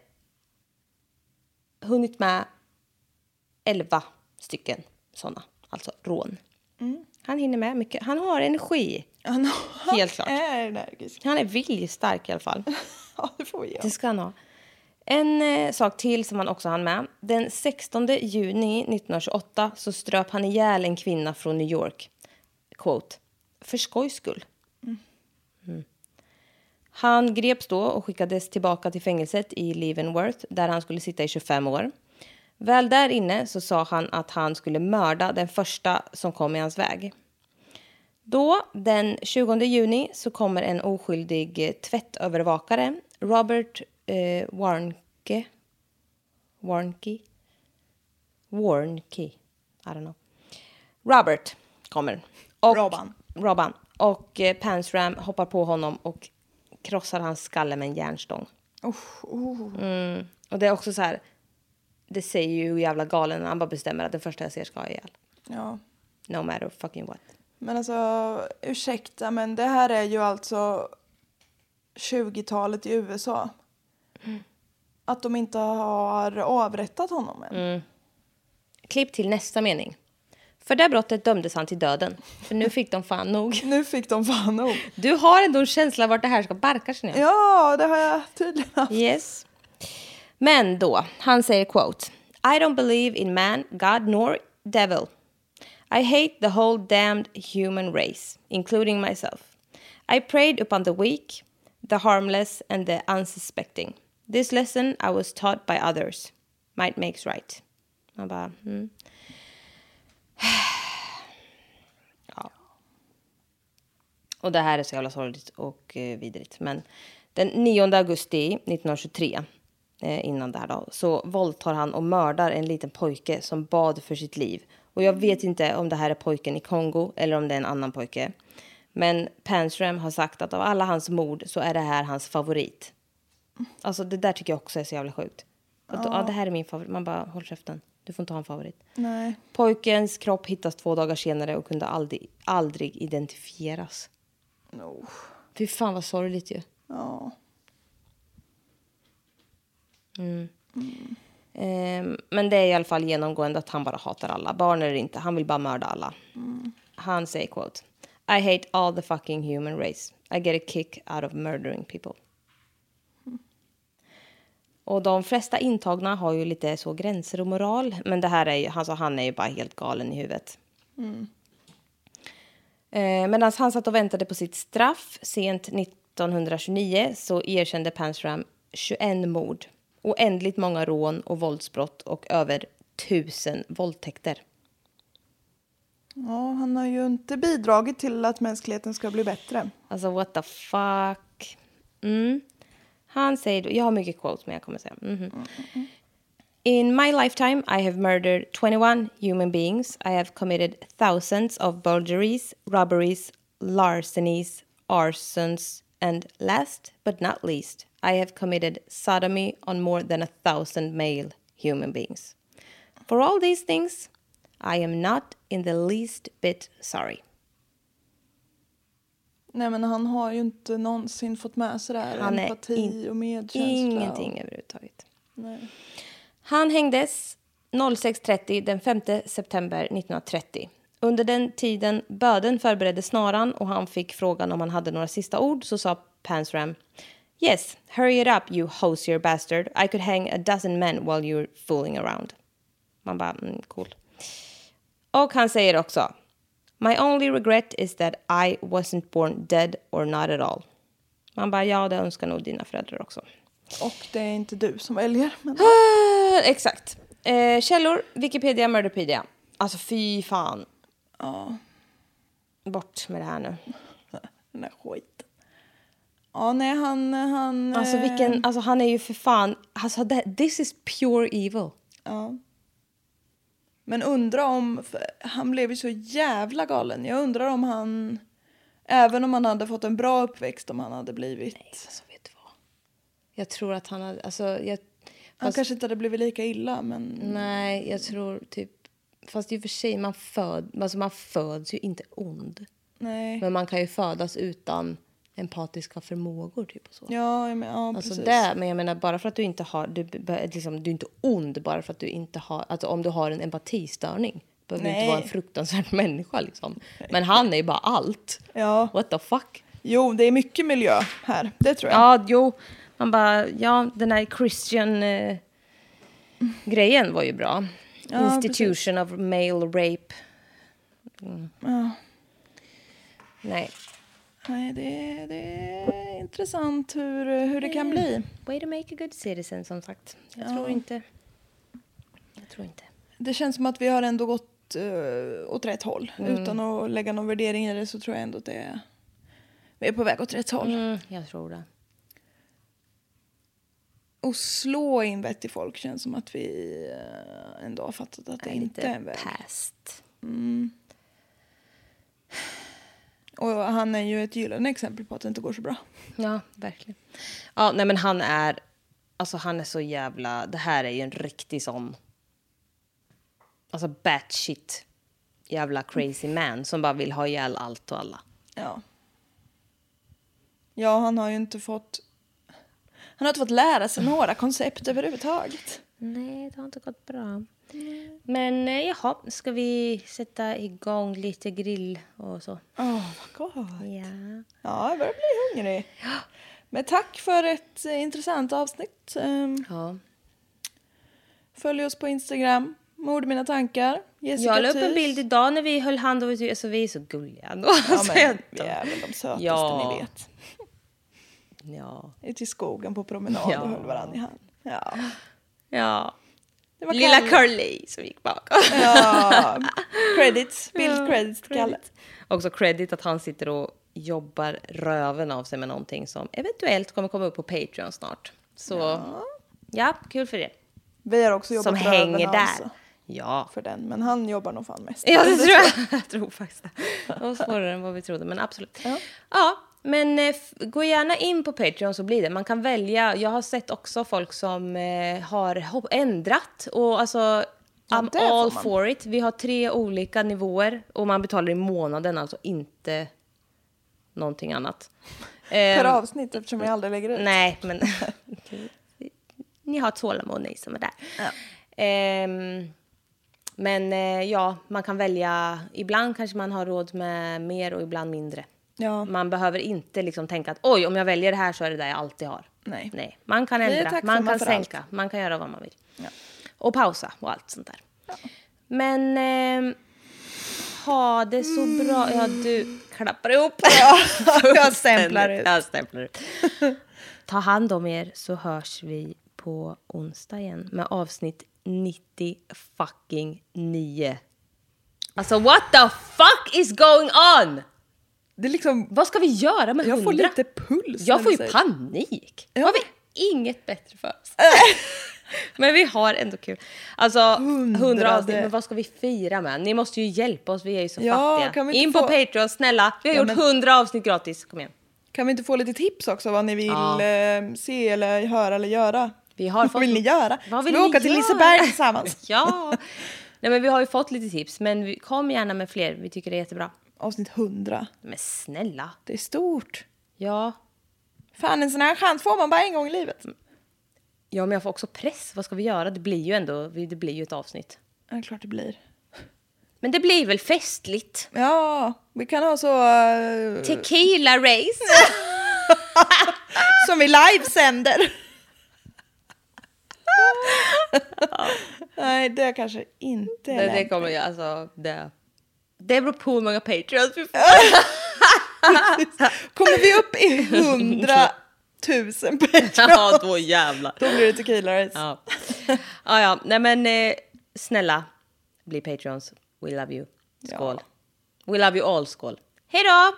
hunnit med elva stycken sådana. Alltså rån. Mm. Han hinner med mycket. Han har energi. Han, har, Helt klart. är energisk. Han är viljestark i alla fall. Ja, det får jag. Det ska han ha. En eh, sak till som han också hann med. Den sextonde juni nittonhundratjugoåtta så ströp han ihjäl en kvinna från New York. Quote. För skojs skull. Mm. Mm. Han greps då och skickades tillbaka till fängelset i Leavenworth där han skulle sitta i tjugofem år. Väl där inne så sa han att han skulle mörda den första som kom i hans väg. Då, den tjugonde juni, så kommer en oskyldig eh, tvättövervakare, Robert eh, Warnke. Warnke? Warnke. I don't know. Robert kommer. Och, Robban. Robban. Och eh, Panzram hoppar på honom och krossar hans skalle med en järnstång. Oh, oh. Mm. Och det är också så här, det säger ju hur jävla galen, han bara bestämmer att den första jag ser ska jag ihjäl. Ja. No matter fucking what. Men alltså, ursäkta, men det här är ju alltså tjugotalet i U S A. Mm. Att de inte har avrättat honom än. Mm. Klipp till nästa mening. För det brottet dömdes han till döden. För nu fick de fan nog. Nu fick de fan nog. Du har ändå en känsla vart det här ska barka sig nu. Ja, det har jag tydligen haft. Yes. Men då, han säger quote. I don't believe in man, God nor devil. I hate the whole damned human race, including myself. I preyed upon the weak, the harmless and the unsuspecting. This lesson I was taught by others. Might makes right. Man bara, mm. Ja. Och det här är så jävla sorgligt och eh, vidrigt. Men den nionde augusti nittonhundratjugotre, eh, innan det här då, så våldtar han och mördar en liten pojke som bad för sitt liv. Och jag vet inte om det här är pojken i Kongo eller om det är en annan pojke. Men Panzram har sagt att av alla hans mord så är det här hans favorit. Alltså det där tycker jag också är så jävla sjukt. Att, ja. Ja, det här är min favorit. Man bara, håll käften. Du får inte ha en favorit. Nej. Pojkens kropp hittas två dagar senare och kunde aldrig, aldrig identifieras. No. Fy fan vad sorgligt ju. Ja. Mm. Mm. Um, men det är i alla fall genomgående att han bara hatar alla. Barn eller inte, han vill bara mörda alla. Mm. Han säger quote. I hate all the fucking human race. I get a kick out of murdering people. Mm. Och de flesta intagna har ju lite så gränser och moral. Men det här är ju, alltså, han är ju bara helt galen i huvudet. Mm. Uh, medan han satt och väntade på sitt straff sent nittonhundratjugonio så erkände Panzram tjugoett mord. Oändligt många rån och våldsbrott och över tusen våldtäkter. Ja, han har ju inte bidragit till att mänskligheten ska bli bättre. Alltså, what the fuck? Mm. Han säger, jag har mycket quotes men jag kommer säga. Mm-hmm. Mm, mm. In my lifetime I have murdered twenty-one human beings. I have committed thousands of burglaries, robberies, larcenies, arsons, and last but not least, I have committed sodomy on more than a thousand male human beings. For all these things, I am not in the least bit sorry. Nej, men han har ju inte någonsin fått med sig där han empati in- och medkänsla. Ingenting och... överhuvudtaget. Nej. Han hängdes sex trettio den femte september nittonhundratrettio. Under den tiden böden förberedde snaran och han fick frågan om han hade några sista ord så sa Panzram, yes, hurry it up you hosier bastard. I could hang a dozen men while you're fooling around. Man bara, mm, cool. Och han säger också, my only regret is that I wasn't born dead or not at all. Man bara, ja det önskar nog dina föräldrar också. Och det är inte du som väljer. Men... Ah, exakt. Eh, källor, Wikipedia, Murderpedia. Alltså fy fan. Ja. Bort med det här nu. Den där skiten. Ja, nej, han... han alltså, vilken, alltså han är ju för fan... Alltså, det, this is pure evil. Ja. Men undrar om... Han blev ju så jävla galen. Jag undrar om han... Även om han hade fått en bra uppväxt, om han hade blivit... Nej, alltså vet du vad? Jag tror att han hade... Alltså, jag, han fast, kanske inte hade blivit lika illa, men... Nej, jag tror typ... Fast i och för sig, man, föd, alltså man föds ju inte ond. Nej. Men man kan ju födas utan empatiska förmågor typ och så. Ja, men, ja alltså precis. Det, men jag menar bara för att du inte har... Du, liksom, du är inte ond bara för att du inte har... Alltså om du har en empatistörning. Behöver du inte vara en fruktansvärd människa liksom. Men han är ju bara allt. Ja. What the fuck? Jo, det är mycket miljö här. Det tror jag. Ja, jo. Man bara... Ja, den här Christian... Eh, grejen var ju bra. Ja, Institution precis. Of male rape. Mm. Ja. Nej. Nej, det, det är intressant hur, hur det kan bli. Way to make a good citizen, som sagt. Jag ja. tror inte. Jag tror inte. Det känns som att vi har ändå gått åt, uh, åt rätt håll. Mm. Utan att lägga någon värdering i det så tror jag ändå att det är, vi är på väg åt rätt håll. Mm, jag tror det. Och slå in vett i folk känns som att vi ändå har fattat att det Nej, inte är en väg. Past. Mm. Och han är ju ett gyllene exempel på att det inte går så bra. Ja, verkligen. Ja, nej men han är, alltså han är så jävla, det här är ju en riktig sån, alltså batshit jävla crazy man som bara vill ha ihjäl allt och alla. Ja. Ja, han har ju inte fått, han har inte fått lära sig några koncept överhuvudtaget. Nej, det har inte gått bra. Mm. Men jaha, ska vi sätta igång lite grill och så? Åh, oh, vad gott. Ja. Ja, jag börjar bli hungrig. Ja. Men tack för ett eh, intressant avsnitt. Um, ja. Följ oss på Instagram. Mord mina tankar. Jessica jag la upp Thys. en bild idag när vi höll hand och vi, alltså, vi är så gulliga. Ja, men vi är väl de sötaste ja. ni vet. Ja. Ute i skogen på promenad ja. och höll varandra i hand. Ja. Ja. Det var Lilla Curly som gick bakom. Ja. Credits. Bild ja, credits till Kalle. Också credit att han sitter och jobbar röven av sig med någonting som eventuellt kommer komma upp på Patreon snart. Så ja, ja kul för det. Vi har också jobbat som röven hänger av där. Så. Ja. För den. Men han jobbar nog fan mest. Ja, det tror jag. Jag tror faktiskt det. Det var svårare än vad vi trodde, men absolut. Ja, ja men eh, gå gärna in på Patreon så blir det. Man kan välja. Jag har sett också folk som eh, har ändrat. Och alltså, ja, I'm all for it. Vi har tre olika nivåer. Och man betalar i månaden, alltså inte någonting annat. Per um, avsnitt, eftersom vi aldrig lägger ut. Nej, men ni har tålamod, ni som är där. Ja. Um, men uh, ja, man kan välja. Ibland kanske man har råd med mer och ibland mindre. Ja. Man behöver inte liksom tänka att oj, om jag väljer det här så är det där jag alltid har. Nej. Nej. Man kan ändra, man kan sänka, allt. Man kan göra vad man vill. Ja. Och pausa och allt sånt där. Ja. Men eh, ha det så mm. bra. Ja, du klappar ihop. Ja, jag stämplar ut. Jag stämplar ut. Ta hand om er så hörs vi på onsdag igen med avsnitt nittio fucking nio. Alltså what the fuck is going on? Det är liksom, vad ska vi göra med jag hundra? Jag får lite puls. Jag får ju panik. Ja. Har vi inget bättre för oss? Men vi har ändå kul. Alltså hundra avsnitt, men vad ska vi fira med? Ni måste ju hjälpa oss, vi är ju så ja, fattiga. In på få... Patreon, snälla. Vi har ja, gjort hundra men... avsnitt gratis, kom igen. Kan vi inte få lite tips också vad ni vill ja. eh, se eller höra eller göra? Vi har vad fått... vill ni göra? Vad vill vi ni åka till Liseberg tillsammans? Ja. Nej, men vi har ju fått lite tips, men vi, kom gärna med fler. Vi tycker det är jättebra. Avsnitt hundra. Men snälla. Det är stort. Ja. Fan, en sån här chans får man bara en gång i livet. Ja, men jag får också press. Vad ska vi göra? Det blir ju ändå, det blir ju ett avsnitt. Ja, klart det blir. Men det blir väl festligt? Ja, vi kan ha så... Uh... Tequila race. Som vi livesänder. Ja. Nej, det kanske inte är det, det kommer jag, alltså... Det... Det beror på hur många Patreons vi får. Kommer vi upp i hundratusen Patreons? Ja, då jävlar. Då blir det tequila race. Ja, ja, ja. Nej men eh, snälla, bli Patreons. We love you. Skål. Ja. We love you all, skål. Hej då!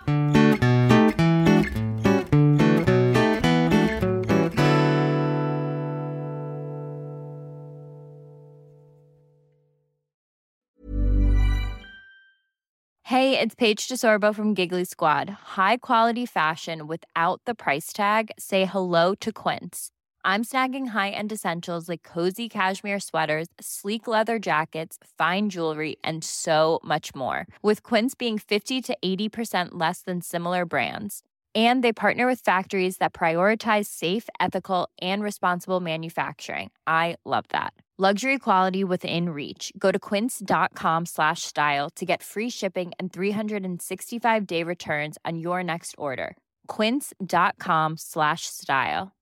Hey, it's Paige DeSorbo from Giggly Squad. High quality fashion without the price tag. Say hello to Quince. I'm snagging high-end essentials like cozy cashmere sweaters, sleek leather jackets, fine jewelry, and so much more. With Quince being fifty to eighty percent less than similar brands. And they partner with factories that prioritize safe, ethical, and responsible manufacturing. I love that. Luxury quality within reach. Go to quince.com slash style to get free shipping and three sixty-five day returns on your next order. Quince.com slash style.